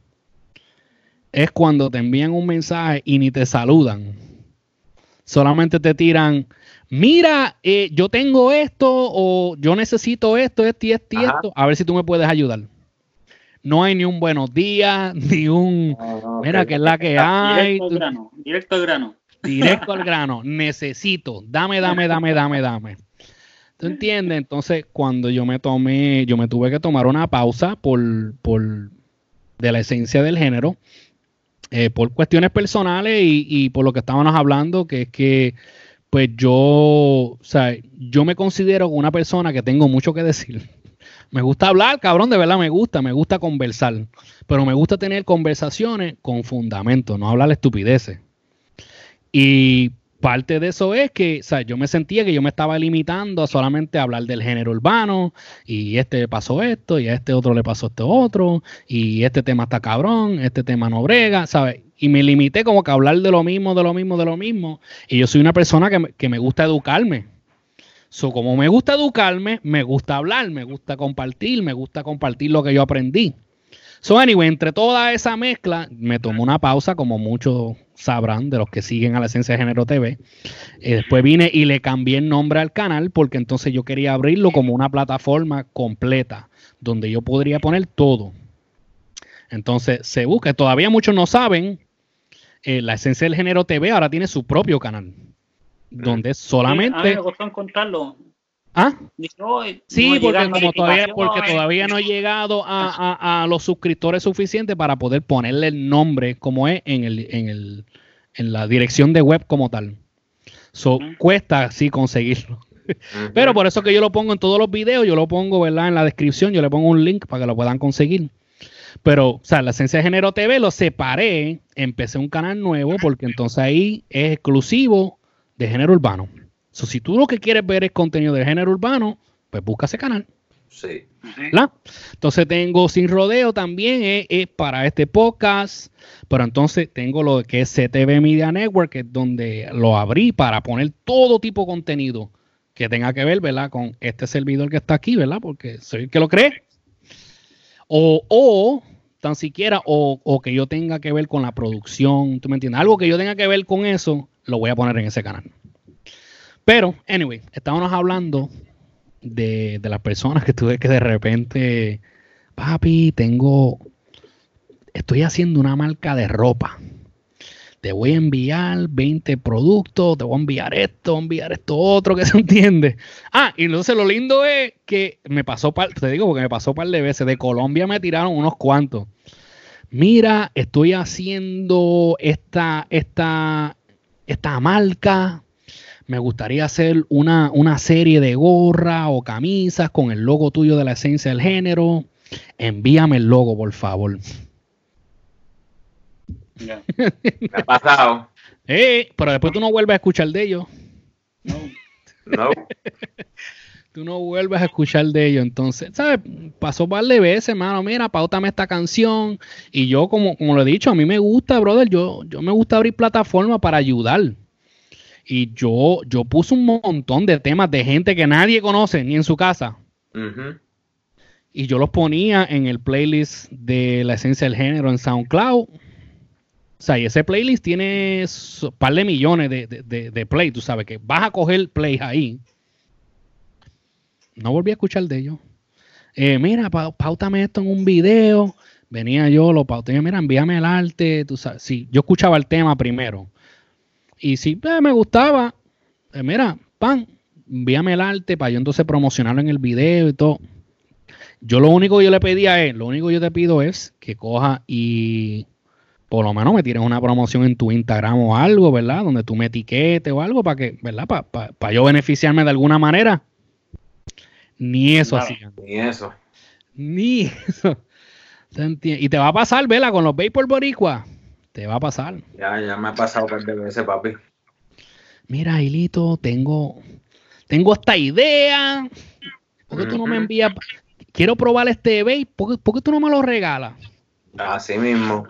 Es cuando te envían un mensaje y ni te saludan. Solamente te tiran, mira, eh, yo tengo esto, o yo necesito esto, esto y esto y Ajá. esto, a ver si tú me puedes ayudar. No hay ni un buenos días, ni un, no, no, mira, que es la que hay. Directo al grano, directo al grano. Directo al grano, necesito, dame, dame, dame, dame, dame. ¿Tú entiendes? Entonces, cuando yo me tomé, yo me tuve que tomar una pausa por, por de la esencia del género, eh, por cuestiones personales y, y por lo que estábamos hablando, que es que, pues yo, o sea, yo me considero una persona que tengo mucho que decir. Me gusta hablar, cabrón, de verdad me gusta, me gusta conversar, pero me gusta tener conversaciones con fundamento, no hablar estupideces. Y parte de eso es que, o sea, yo me sentía que yo me estaba limitando a solamente hablar del género urbano y este pasó esto y a este otro le pasó esto otro y este tema está cabrón, este tema no brega, ¿sabes? Y me limité como que a hablar de lo mismo, de lo mismo, de lo mismo. Y yo soy una persona que me, que me gusta educarme. So, como me gusta educarme, me gusta hablar, me gusta compartir, me gusta compartir lo que yo aprendí. So anyway, entre toda esa mezcla, me tomó una pausa, como muchos sabrán de los que siguen a la Esencia de Género T V. Y después vine y le cambié el nombre al canal porque entonces yo quería abrirlo como una plataforma completa donde yo podría poner todo. Entonces se busca, todavía muchos no saben, eh, la Esencia del Género T V ahora tiene su propio canal, donde solamente... A mí me costó encontrarlo. ¿Ah? No, sí, no porque, como todavía, porque todavía no he llegado a, a, a los suscriptores suficientes para poder ponerle el nombre como es en, el, en, el, en la dirección de web como tal. So, uh-huh. Cuesta sí conseguirlo. Uh-huh. Pero por eso que yo lo pongo en todos los videos, yo lo pongo, ¿verdad? En la descripción, yo le pongo un link para que lo puedan conseguir. Pero, o sea, la Esencia de Género T V lo separé, empecé un canal nuevo porque entonces ahí es exclusivo de género urbano. So, si tú lo que quieres ver es contenido de género urbano, pues busca ese canal. Sí. ¿La? Entonces tengo Sin Rodeo también, es, es para este podcast, pero entonces tengo lo que es C T V Media Network, que es donde lo abrí para poner todo tipo de contenido que tenga que ver, ¿verdad? Con este servidor que está aquí, ¿verdad? Porque soy el que lo cree. O, o tan siquiera, o, o que yo tenga que ver con la producción, ¿tú me entiendes? Algo que yo tenga que ver con eso, lo voy a poner en ese canal. Pero, anyway, estábamos hablando de, de las personas que tuve que de repente, papi, tengo, estoy haciendo una marca de ropa. Te voy a enviar veinte productos, te voy a enviar esto, enviar esto otro, que se entiende. Ah, y entonces lo lindo es que me pasó, par, te digo porque me pasó un par de veces, de Colombia me tiraron unos cuantos. Mira, estoy haciendo esta, esta, esta marca. Me gustaría hacer una, una serie de gorras o camisas con el logo tuyo de la Esencia del Género. Envíame el logo, por favor. Yeah. Me ha pasado. Eh, pero después tú no vuelves a escuchar de ellos. No. No. Tú no vuelves a escuchar de ellos. Entonces, ¿sabes? Pasó un par de veces, hermano. Mira, pautame esta canción. Y yo, como, como lo he dicho, a mí me gusta, brother. Yo, yo me gusta abrir plataformas para ayudar. Y yo, yo puse un montón de temas de gente que nadie conoce ni en su casa. Uh-huh. Y yo los ponía en el playlist de la Esencia del Género en SoundCloud. O sea, y ese playlist tiene un par de millones de, de, de, de play. Tú sabes que vas a coger play ahí. No volví a escuchar de ellos. Eh, mira, pa, pautame esto en un video. Venía yo, lo pauté. Mira, envíame el arte. Tú sabes, sí, yo escuchaba el tema primero. Y si eh, me gustaba, eh, mira, pan, envíame el arte para yo entonces promocionarlo en el video y todo. Yo lo único que yo le pedía es, lo único que yo te pido es que coja y por lo menos me tires una promoción en tu Instagram o algo, ¿verdad? Donde tú me etiquetes o algo para que, ¿verdad? Para pa, pa yo beneficiarme de alguna manera. Ni eso claro, hacían. Ni eso. Ni eso. ¿Se entiende? Y te va a pasar, vela, con los Vapor Boricua. Te va a pasar. Ya, ya me ha pasado un par de veces, papi. Mira, Hilito, tengo, tengo esta idea. ¿Por qué tú no me envías? Quiero probar este vape. ¿Por qué, por qué tú no me lo regalas? Así mismo.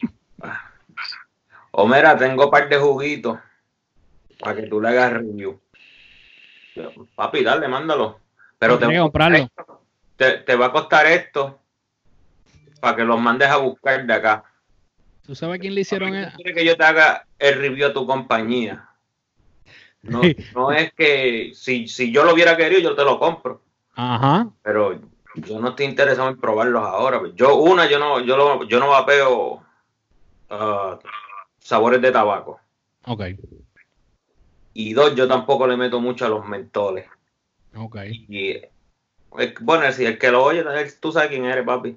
O mira, tengo un par de juguitos para que tú le hagas review. Papi, dale, mándalo. Pero te, comprarlo. Te, te va a costar esto para que los mandes a buscar de acá. ¿Tú sabes a quién le hicieron eso? ¿Quieres que yo te haga el review a tu compañía? No, no es que si, si yo lo hubiera querido, yo te lo compro. Ajá. Pero yo no estoy interesado en probarlos ahora. Yo, una, yo no, yo lo, yo no vapeo uh, sabores de tabaco. Ok. Y dos, yo tampoco le meto mucho a los mentoles. Ok. Y, bueno, si el que lo oye, tú sabes quién eres, papi.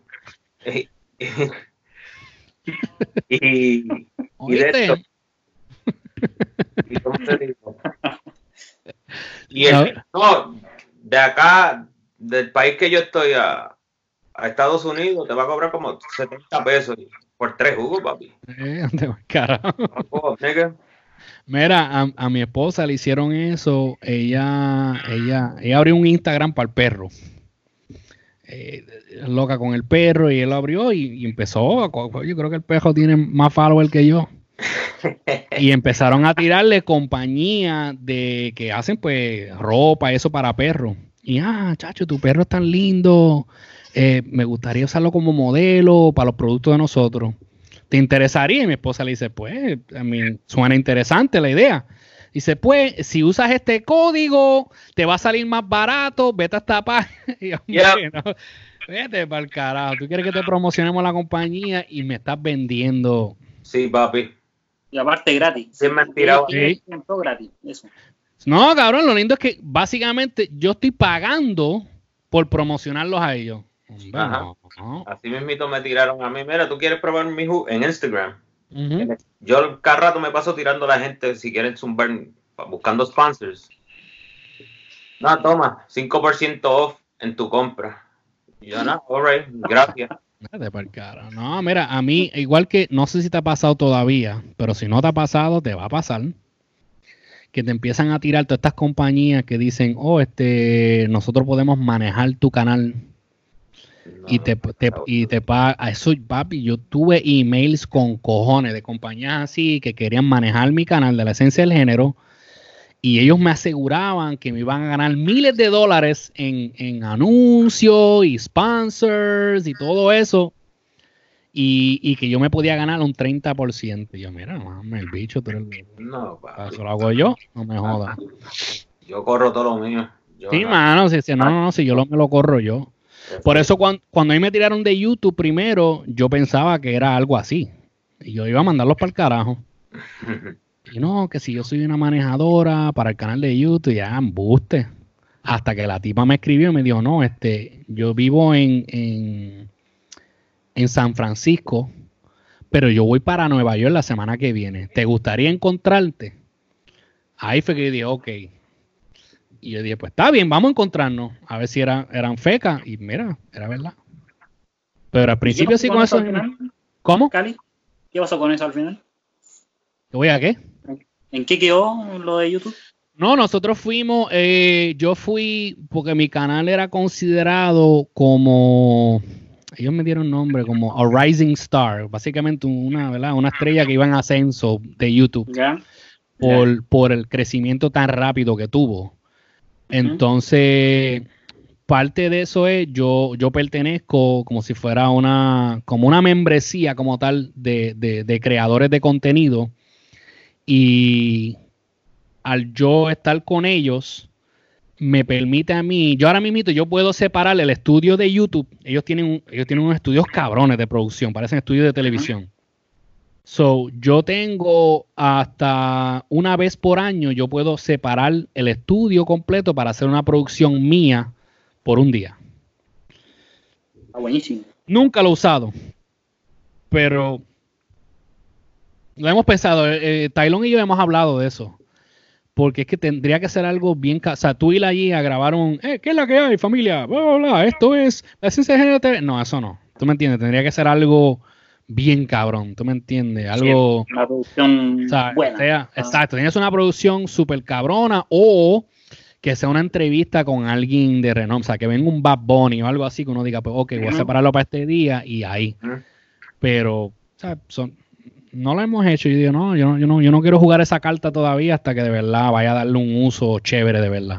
y, y de esto. ¿Y cómo te digo? Y el, no, de acá, del país que yo estoy a, a Estados Unidos, te va a cobrar como setenta pesos por tres jugos, papi. Eh, carajo. Mira, a, a mi esposa le hicieron eso. Ella, ella, ella abrió un Instagram para el perro. Eh, loca con el perro, y él lo abrió y, y empezó. Yo creo que el perro tiene más follower que yo. Y empezaron a tirarle compañía de que hacen pues ropa, eso para perros. Y ah, chacho, tu perro es tan lindo. eh, me gustaría usarlo como modelo para los productos de nosotros. ¿Te interesaría? Y mi esposa le dice, pues, a mí suena interesante la idea. Dice, pues, si usas este código, te va a salir más barato, vete a esta página. Y yo, Yep. no, vete para el carajo. Tú quieres que te promocionemos la compañía y me estás vendiendo. Sí, papi. Y aparte gratis. Sí, me han tirado. Sí. Todo gratis, eso. No, cabrón, lo lindo es que básicamente yo estoy pagando por promocionarlos a ellos. Hombre, Ajá. no, no. Así mismito me tiraron a mí. Mira, ¿tú quieres probar mi jugo? En Instagram. Ujú. Yo cada rato me paso tirando a la gente si quieren zumbar, buscando sponsors. No, toma, cinco por ciento off en tu compra. Y yo, no, alright, gracias. Vete pa'l carajo. No, mira, a mí, igual que, no sé si te ha pasado todavía, pero si no te ha pasado, te va a pasar. Que te empiezan a tirar todas estas compañías que dicen, oh, este, nosotros podemos manejar tu canal. No, Y te, te, y te paga, eso, papi, yo tuve emails con cojones de compañías así que querían manejar mi canal de la esencia del género y ellos me aseguraban que me iban a ganar miles de dólares en, en anuncios y sponsors y todo eso y, y que yo me podía ganar un treinta por ciento. Y yo, mira, mame, el bicho, tú eres el... no, papi. Eso lo hago yo, no me jodas. Yo corro todo lo mío. Yo, Sí, no. mano, si, si, no, no, no, si yo lo, me lo corro yo. Por eso cuando, cuando a mí me tiraron de YouTube primero, yo pensaba que era algo así. Y yo iba a mandarlos para el carajo. Y no, que si yo soy una manejadora para el canal de YouTube, ya, embuste. Hasta que la tipa me escribió y me dijo, no, este, yo vivo en, en, en San Francisco, pero yo voy para Nueva York la semana que viene. ¿Te gustaría encontrarte? Ahí fue que yo dije, ok. Y yo dije, pues está bien, vamos a encontrarnos. A ver si era, eran fecas. Y mira, era verdad. Pero al principio sí con eso... ¿Cómo? Cali, ¿qué pasó con eso al final? ¿Te voy a qué? ¿En qué quedó lo de YouTube? No, nosotros fuimos, eh, yo fui, porque mi canal era considerado como, ellos me dieron nombre, como a Rising Star, básicamente una, ¿verdad? Una estrella que iba en ascenso de YouTube Ya. por, por el crecimiento tan rápido que tuvo. Entonces, parte de eso es, yo, yo pertenezco como si fuera una, como una membresía como tal de, de, de creadores de contenido y al yo estar con ellos, me permite a mí, yo ahora mismo yo puedo separar el estudio de YouTube, ellos tienen, un, ellos tienen unos estudios cabrones de producción, parecen estudios de televisión. Uh-huh. So, yo tengo hasta una vez por año, yo puedo separar el estudio completo para hacer una producción mía por un día. Está buenísimo. Nunca lo he usado, pero lo hemos pensado, eh, Tylon y yo hemos hablado de eso. Porque es que tendría que ser algo bien... O sea, tú ir allí a grabar un... Eh, ¿qué es la que hay, familia? Bla, bla, bla. Esto es... La esencia de género T V. No, eso no. ¿Tú me entiendes? Tendría que ser algo bien cabrón. ¿Tú me entiendes? Algo... Sí, una producción o sea, buena. Sea, ah. Exacto. Tienes una producción súper cabrona o que sea una entrevista con alguien de renombre. O sea, que venga un Bad Bunny o algo así que uno diga, pues, ok, voy a separarlo para este día y ahí. Pero, o sea, son... No lo hemos hecho. Yo digo, no yo, no, yo no, yo no quiero jugar esa carta todavía hasta que de verdad vaya a darle un uso chévere de verdad.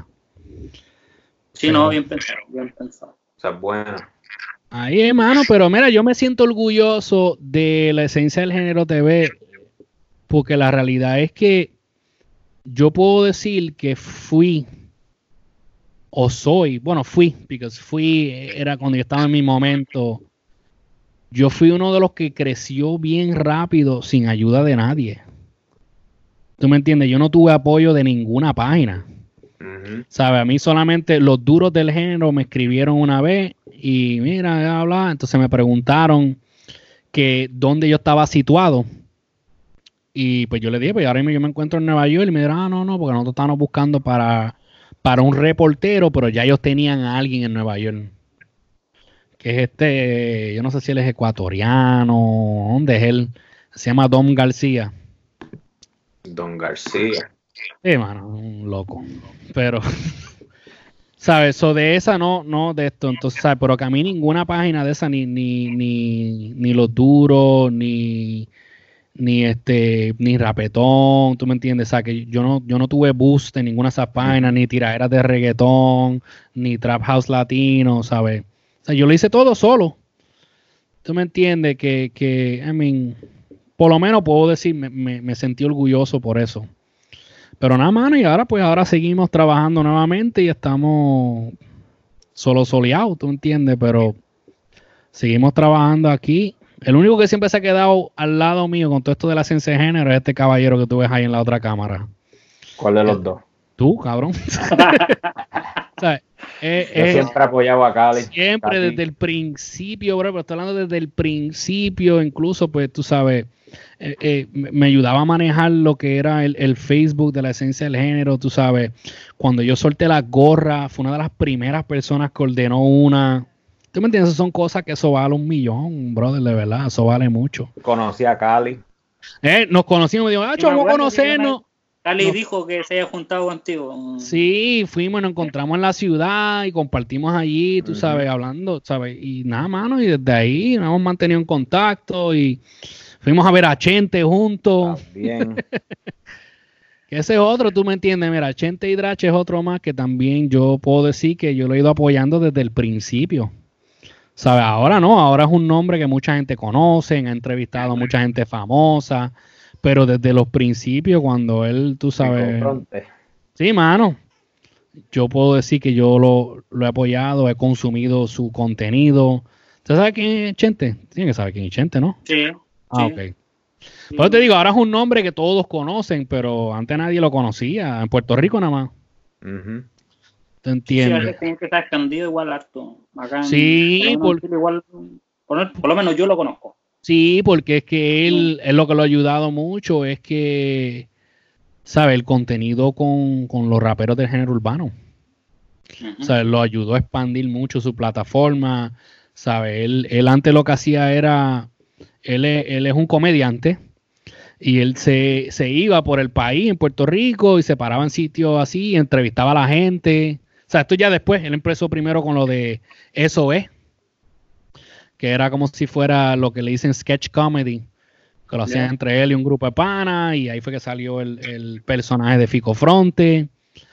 Sí, pero, no, bien pensado, bien pensado. O sea, bueno. Ahí, hermano, pero mira, yo me siento orgulloso de la esencia del género T V, porque la realidad es que yo puedo decir que fui, o soy, bueno, fui, porque fui, era cuando yo estaba en mi momento... Yo fui uno de los que creció bien rápido sin ayuda de nadie. ¿Tú me entiendes? Yo no tuve apoyo de ninguna página. Uh-huh. ¿Sabes? A mí solamente los duros del género me escribieron una vez y mira, bla, bla. Entonces me preguntaron que dónde yo estaba situado. Y pues yo le dije, pues ahora mismo yo me encuentro en Nueva York y me dijeron, ah, no, no, porque nosotros estábamos buscando para, para un reportero, pero ya ellos tenían a alguien en Nueva York. Que es este, yo no sé si él es ecuatoriano, ¿dónde es él? Se llama Don García. Don García. Sí, mano, un loco. Pero, ¿sabes? Eso de esa no, no de esto. Entonces, ¿sabes? Pero que a mí ninguna página de esa, ni, ni, ni, ni Los Duros, ni, ni este, ni Rapetón, ¿tú me entiendes? O sea, que yo no, yo no tuve boost en ninguna de esas páginas, ni tiraderas de reggaetón, ni Trap House Latino, ¿sabes? sea, yo lo hice todo solo. ¿Tú me entiendes? Que, que I mean, por lo menos puedo decir, me, me, me sentí orgulloso por eso. Pero nada, mano, y ahora pues ahora seguimos trabajando nuevamente y estamos solo soleados, ¿tú entiendes? Pero seguimos trabajando aquí. El único que siempre se ha quedado al lado mío con todo esto de la ciencia de género es este caballero que tú ves ahí en la otra cámara. ¿Cuál de los dos? Tú, cabrón. O sea, eh, Yo eh, siempre he apoyado a Cali. Siempre, desde el principio, bro, pero estoy hablando desde el principio, incluso, pues, tú sabes, eh, eh, me ayudaba a manejar lo que era el, el Facebook de la esencia del género, tú sabes. Cuando yo solté la gorra, fue una de las primeras personas que ordenó una. ¿Tú me entiendes? Son cosas que eso vale un millón, brother, de verdad, eso vale mucho. Conocí a Cali. Eh, nos conocimos, me dijo, ah, Sí, me vamos a acuerdo que conocernos. Cali No. dijo que se haya juntado contigo. Sí, fuimos, nos encontramos en la ciudad y compartimos allí, tú Ujú. sabes, hablando, ¿sabes? Y nada, mano, y desde ahí nos hemos mantenido en contacto y fuimos a ver a Chente juntos, Bien. que ese es otro, tú me entiendes, mira, Chente y Drache es otro más que también yo puedo decir que yo lo he ido apoyando desde el principio, ¿sabes? Ahora no, ahora es un nombre que mucha gente conoce, ha entrevistado a mucha gente famosa, pero desde los principios, cuando él, tú sabes... Confronte. Sí, mano. Yo puedo decir que yo lo, lo he apoyado, he consumido su contenido. ¿Usted sabe quién es Chente? Tiene que saber quién es Chente, ¿no? Sí. Ah, sí, ok. sí. Pero te digo, ahora es un nombre que todos conocen, pero antes nadie lo conocía. En Puerto Rico nada más. Ujú. ¿Te Sí, a entiendes? veces tiene que estar escondido igual harto. Acá en, Sí, por, lo menos en por- Chile igual, por, por lo menos yo lo conozco. Sí, porque es que él, él lo que lo ha ayudado mucho es que, ¿sabe? El contenido con, con los raperos del género urbano. Ujú. O sea, lo ayudó a expandir mucho su plataforma, ¿sabe? Él, él antes lo que hacía era, él es, él es un comediante y él se, se iba por el país en Puerto Rico y se paraba en sitios así, y entrevistaba a la gente. O sea, esto ya después, él empezó primero con lo de Eso Es, que era como si fuera lo que le dicen sketch comedy, que lo hacían Ya. entre él y un grupo de panas, y ahí fue que salió el, el personaje de Fico Fronte.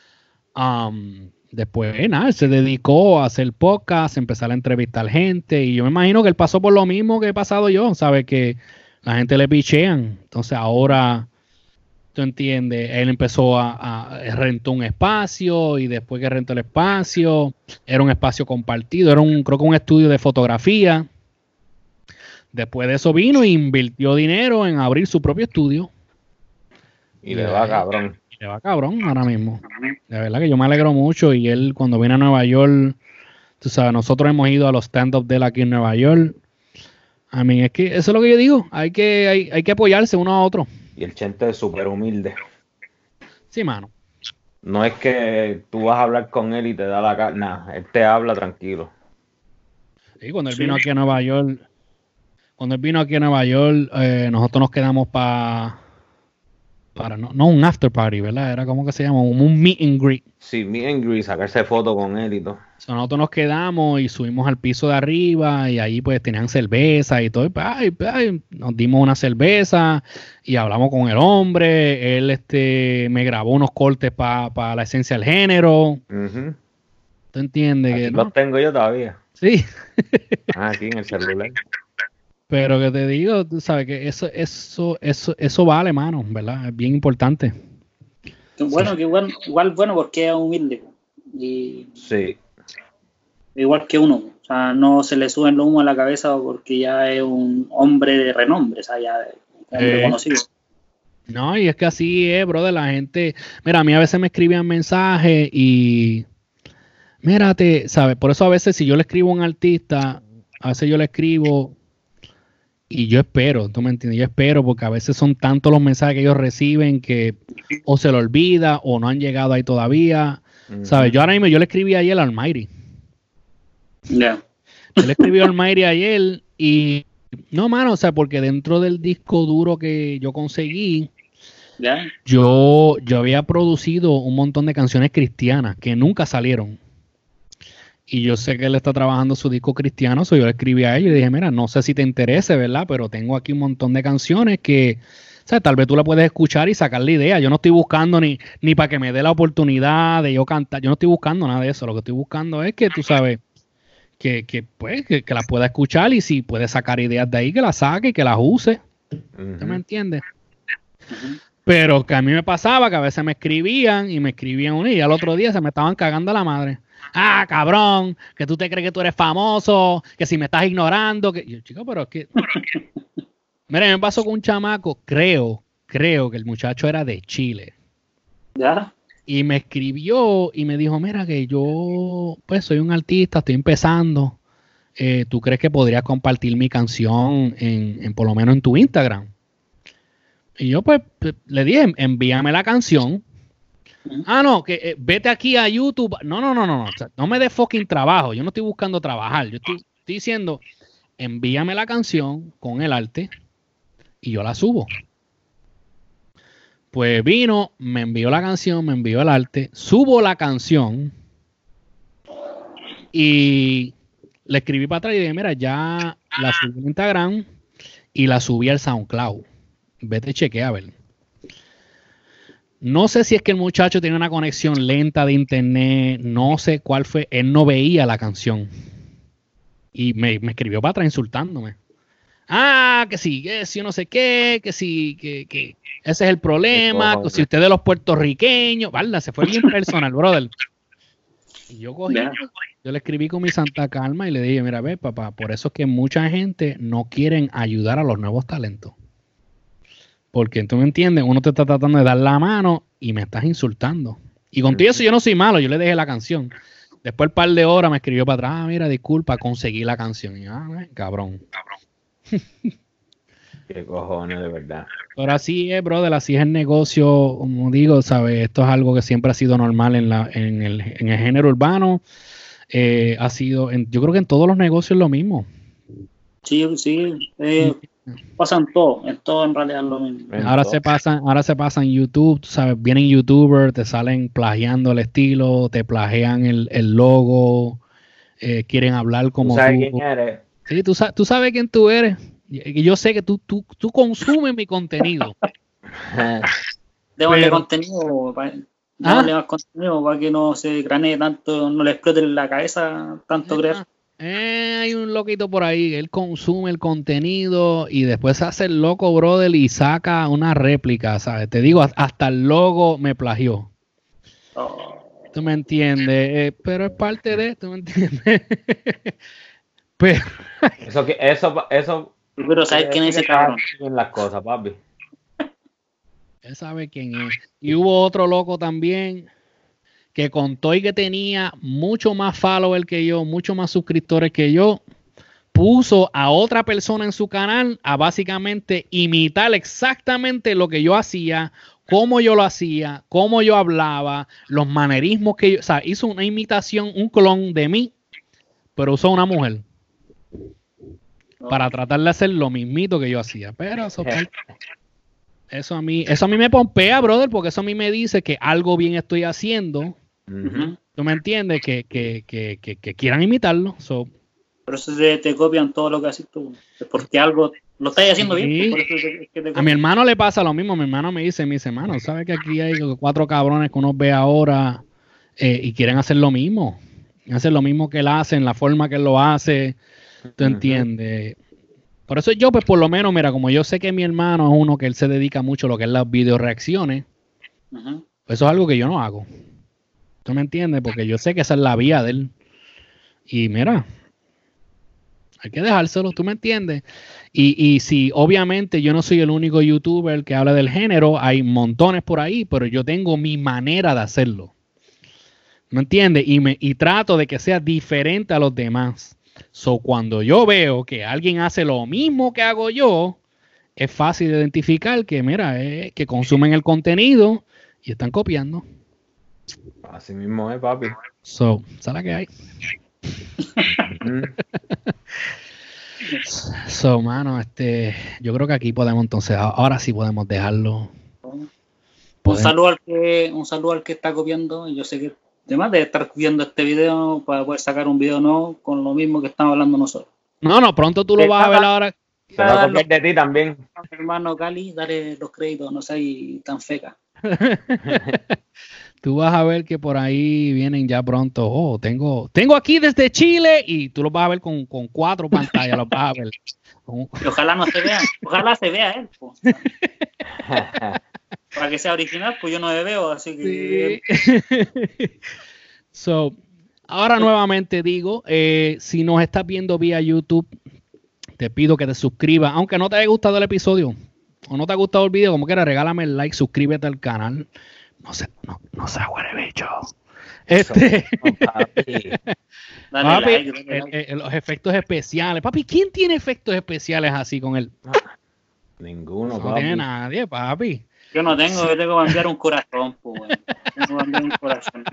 Um, después, eh, nada, él se dedicó a hacer podcast, a empezar a entrevistar gente, y yo me imagino que él pasó por lo mismo que he pasado yo, ¿sabes? Que la gente le pichean. Entonces ahora, tú entiendes, él empezó a, a rentó un espacio, y después que rentó el espacio, era un espacio compartido, era un, creo que un estudio de fotografía. Después de eso vino e invirtió dinero en abrir su propio estudio. Y le va cabrón. Y le va cabrón ahora mismo. De verdad que yo me alegro mucho. Y él, cuando viene a Nueva York, tú sabes, nosotros hemos ido a los stand-up de él aquí en Nueva York. A mí es que eso es lo que yo digo. Hay que, hay, hay que apoyarse uno a otro. Y el Chente es súper humilde. Sí, mano. No es que tú vas a hablar con él y te da la cara. Nah, él te habla tranquilo. Sí, cuando él Sí. vino aquí a Nueva York, cuando él vino aquí a Nueva York, eh, nosotros nos quedamos pa, para, no, no un after party, ¿verdad? Era como que se llama, como un meet and greet. Sí, meet and greet, sacarse foto con él y todo. So, nosotros nos quedamos y subimos al piso de arriba y ahí pues tenían cerveza y todo. Y, pues, ay, ay, nos dimos una cerveza y hablamos con el hombre. Él este, me grabó unos cortes para pa la esencia del género. Ujú. ¿Tú entiendes? Aquí Que, los ¿no? tengo yo todavía. Sí, Ah, aquí en el celular. pero que te digo, tú sabes que eso, eso, eso, eso vale, mano, ¿verdad? Es bien importante. Que bueno, que igual, igual bueno porque es humilde. Y Sí. igual que uno. O sea, no se le suben los humos a la cabeza porque ya es un hombre de renombre. O sea, ya es un hombre Eh. conocido. No, y es que así es, bro, de la gente. Mira, a mí a veces me escribían mensajes y mírate, ¿sabes? Por eso a veces si yo le escribo a un artista, a veces yo le escribo y yo espero, ¿tú me entiendes? Yo espero porque a veces son tantos los mensajes que ellos reciben que o se lo olvida o no han llegado ahí todavía, Ujú. ¿sabes? Yo ahora mismo, yo le escribí ayer al Almighty. Ya. Yo le escribí al Almighty ayer y no, mano, o sea, porque dentro del disco duro que yo conseguí, Ya. Yo, yo había producido un montón de canciones cristianas que nunca salieron. Y yo sé que él está trabajando su disco cristiano, so yo le escribí a él y le dije, mira, no sé si te interese, ¿verdad? Pero tengo aquí un montón de canciones que, o sea, tal vez tú la puedes escuchar y sacar la idea. Yo no estoy buscando ni, ni para que me dé la oportunidad de yo cantar. Yo no estoy buscando nada de eso. Lo que estoy buscando es que, tú sabes, que, que pues, que, que las pueda escuchar y si puede sacar ideas de ahí, que las saque y que las use. Uh-huh. ¿Tú me entiendes? Ujú. Pero que a mí me pasaba que a veces me escribían y me escribían un y al otro día se me estaban cagando a la madre. Ah, cabrón, que tú te crees que tú eres famoso, que si me estás ignorando, que yo, chico, pero es que... Mira, me pasó con un chamaco, creo, creo que el muchacho era de Chile. ¿Ya? Y me escribió y me dijo, mira que yo pues soy un artista, estoy empezando. Eh, ¿Tú crees que podrías compartir mi canción en, en por lo menos en tu Instagram? Y yo pues le dije, envíame la canción. Ujú. Ah, no, que eh, vete aquí a YouTube. No, no, no, no, no. O sea, no me des fucking trabajo. Yo no estoy buscando trabajar. Yo estoy, estoy diciendo, envíame la canción con el arte y yo la subo. Pues vino, me envió la canción, me envió el arte, subo la canción y le escribí para atrás y dije, mira, ya la subí en Instagram y la subí al SoundCloud. Vete, chequea a ver. No sé si es que el muchacho tiene una conexión lenta de internet, no sé cuál fue, él no veía la canción. Y me, me escribió para atrás insultándome. Ah, que sí, que sí, no sé qué, que sí, que, que ese es el problema, que si ustedes los puertorriqueños, ¿verdad? Se fue bien personal, brother. Y yo cogí, Ya. yo le escribí con mi santa calma y le dije, mira, ve, papá, por eso es que mucha gente no quieren ayudar a los nuevos talentos. Porque tú me entiendes, uno te está tratando de dar la mano y me estás insultando. Y contigo eso yo no soy malo, yo le dejé la canción. Después, el par de horas me escribió para atrás, ah, mira, disculpa, conseguí la canción. Y yo, ah, eh, cabrón. Qué cojones, de verdad. Pero así es, brother, así es el negocio, como digo, ¿sabes? Esto es algo que siempre ha sido normal en, la, en, el, en el género urbano. Eh, ha sido, en, yo creo que en todos los negocios es lo mismo. Sí, sí. Eh, pasan todo, en todo en realidad es lo mismo. En Ahora todo. se pasan, ahora se pasan YouTube, tú sabes, vienen YouTubers, te salen plagiando el estilo, te plagian el, el logo, eh, quieren hablar como ¿Tú sabes tú. quién eres? Sí, tú, sa- tú sabes quién tú eres. Y y yo sé que tú, tú, tú consumes mi contenido. Démosle Pero- contenido, pa- ¿Ah? démosle más contenido para que no se granee tanto, no le explote en la cabeza tanto creer. Eh, hay un loquito por ahí, él consume el contenido y después se hace el loco, brother, y saca una réplica, ¿sabes? Te digo, hasta el logo me plagió. Oh, ¿Tú me entiendes? Eh, pero es parte de, ¿tú me entiendes? Pero, Eso, que- eso, eso. pero ¿sabes quién es ese está cabrón? en las cosas, papi. él sabe quién es. Y hubo otro loco también que contó y que tenía mucho más followers que yo, mucho más suscriptores que yo, puso a otra persona en su canal a básicamente imitar exactamente lo que yo hacía, cómo yo lo hacía, cómo yo hablaba, los manerismos que yo, o sea, hizo una imitación, un clon de mí, pero usó una mujer para tratar de hacer lo mismito que yo hacía. Pero eso, eso a mí, eso a mí me pompea, brother, porque eso a mí me dice que algo bien estoy haciendo. Ujú. ¿Tú me entiendes? Que, que, que, que, que quieran imitarlo. So, Por eso te, te copian todo lo que haces tú. Es porque algo lo estás haciendo Sí. bien. Por eso es que te a mi copian. hermano le pasa lo mismo. Mi hermano me dice, me dice, hermano, ¿sabes que aquí hay cuatro cabrones que uno ve ahora eh, y quieren hacer lo mismo? Hacer lo mismo que él hace, en la forma que él lo hace. ¿Tú Ujú. entiendes? Por eso yo, pues por lo menos, mira, como yo sé que mi hermano es uno que él se dedica mucho a lo que es las video reacciones, Ujú. pues eso es algo que yo no hago. ¿Tú me entiendes? Porque yo sé que esa es la vía de él. Y mira, hay que dejárselo, ¿tú me entiendes? Y, y si obviamente yo no soy el único youtuber que habla del género, hay montones por ahí, pero yo tengo mi manera de hacerlo. ¿Me entiendes? Y, me, y trato de que sea diferente a los demás. So, cuando yo veo que alguien hace lo mismo que hago yo, es fácil de identificar que, mira, eh, que consumen el contenido y están copiando. Así mismo es, papi. So, ¿sabes qué hay? Ujú. So, mano, este, yo creo que aquí podemos entonces, ahora sí podemos dejarlo. Un Podemos- saludo al que, un saludo al que está copiando. Yo sé que además de estar viendo este video para poder sacar un video no con lo mismo que estamos hablando nosotros. No, no, pronto tú lo vas a ver ahora. Se va a copiar de ti también. Hermano Cali, dale los créditos, no seas tan feca. tú vas a ver que por ahí vienen ya pronto. Oh, tengo, tengo aquí desde Chile y tú los vas a ver con, con cuatro pantallas, los vas a ver. Con... Y ojalá no se vea, ojalá se vea él. Pues. Para que sea original, pues yo no me veo, así que... Sí. So, ahora nuevamente digo, eh, si nos estás viendo vía YouTube, te pido que te suscribas, aunque no te haya gustado el episodio o no te ha gustado el video, como quieras, regálame el like, suscríbete al canal. No sé, no, no se huele bicho. Este, Dale papi, like, dale el- like. el- los efectos especiales. Papi, ¿quién tiene efectos especiales así con él? Ninguno, No papi. tiene nadie, papi. Yo no tengo, yo tengo que enviar un corazón, pues, bueno. Tengo que enviar un corazón.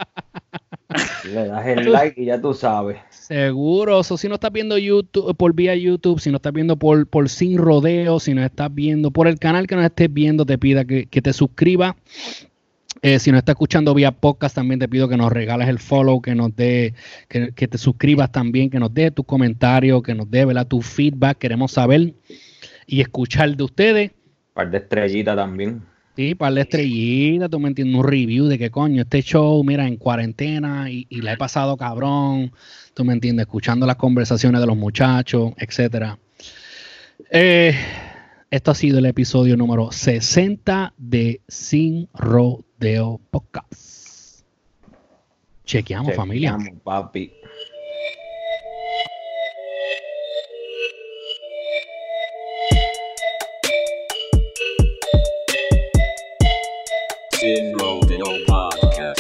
Le das el like y ya tú sabes. Seguro, so, si no estás viendo YouTube por vía YouTube, si no estás viendo por, por Sin Rodeo, si no estás viendo por el canal que nos estés viendo, te pida que, que te suscribas. Eh, si nos estás escuchando vía podcast, también te pido que nos regales el follow, que nos dé, que, que te suscribas también, que nos dé tus comentarios, que nos dé, ¿verdad?, tu feedback. Queremos saber y escuchar de ustedes. Un par de estrellitas también. Sí, para la estrellita, tú me entiendes, un review de que coño, este show, mira, en cuarentena y, y la he pasado cabrón, tú me entiendes, escuchando las conversaciones de los muchachos, etcétera. Eh, esto ha sido el episodio número sesenta de Sin Rodeo Podcast. Chequeamos, familia. Chequeamos, papi. Sin Rodeo Podcast.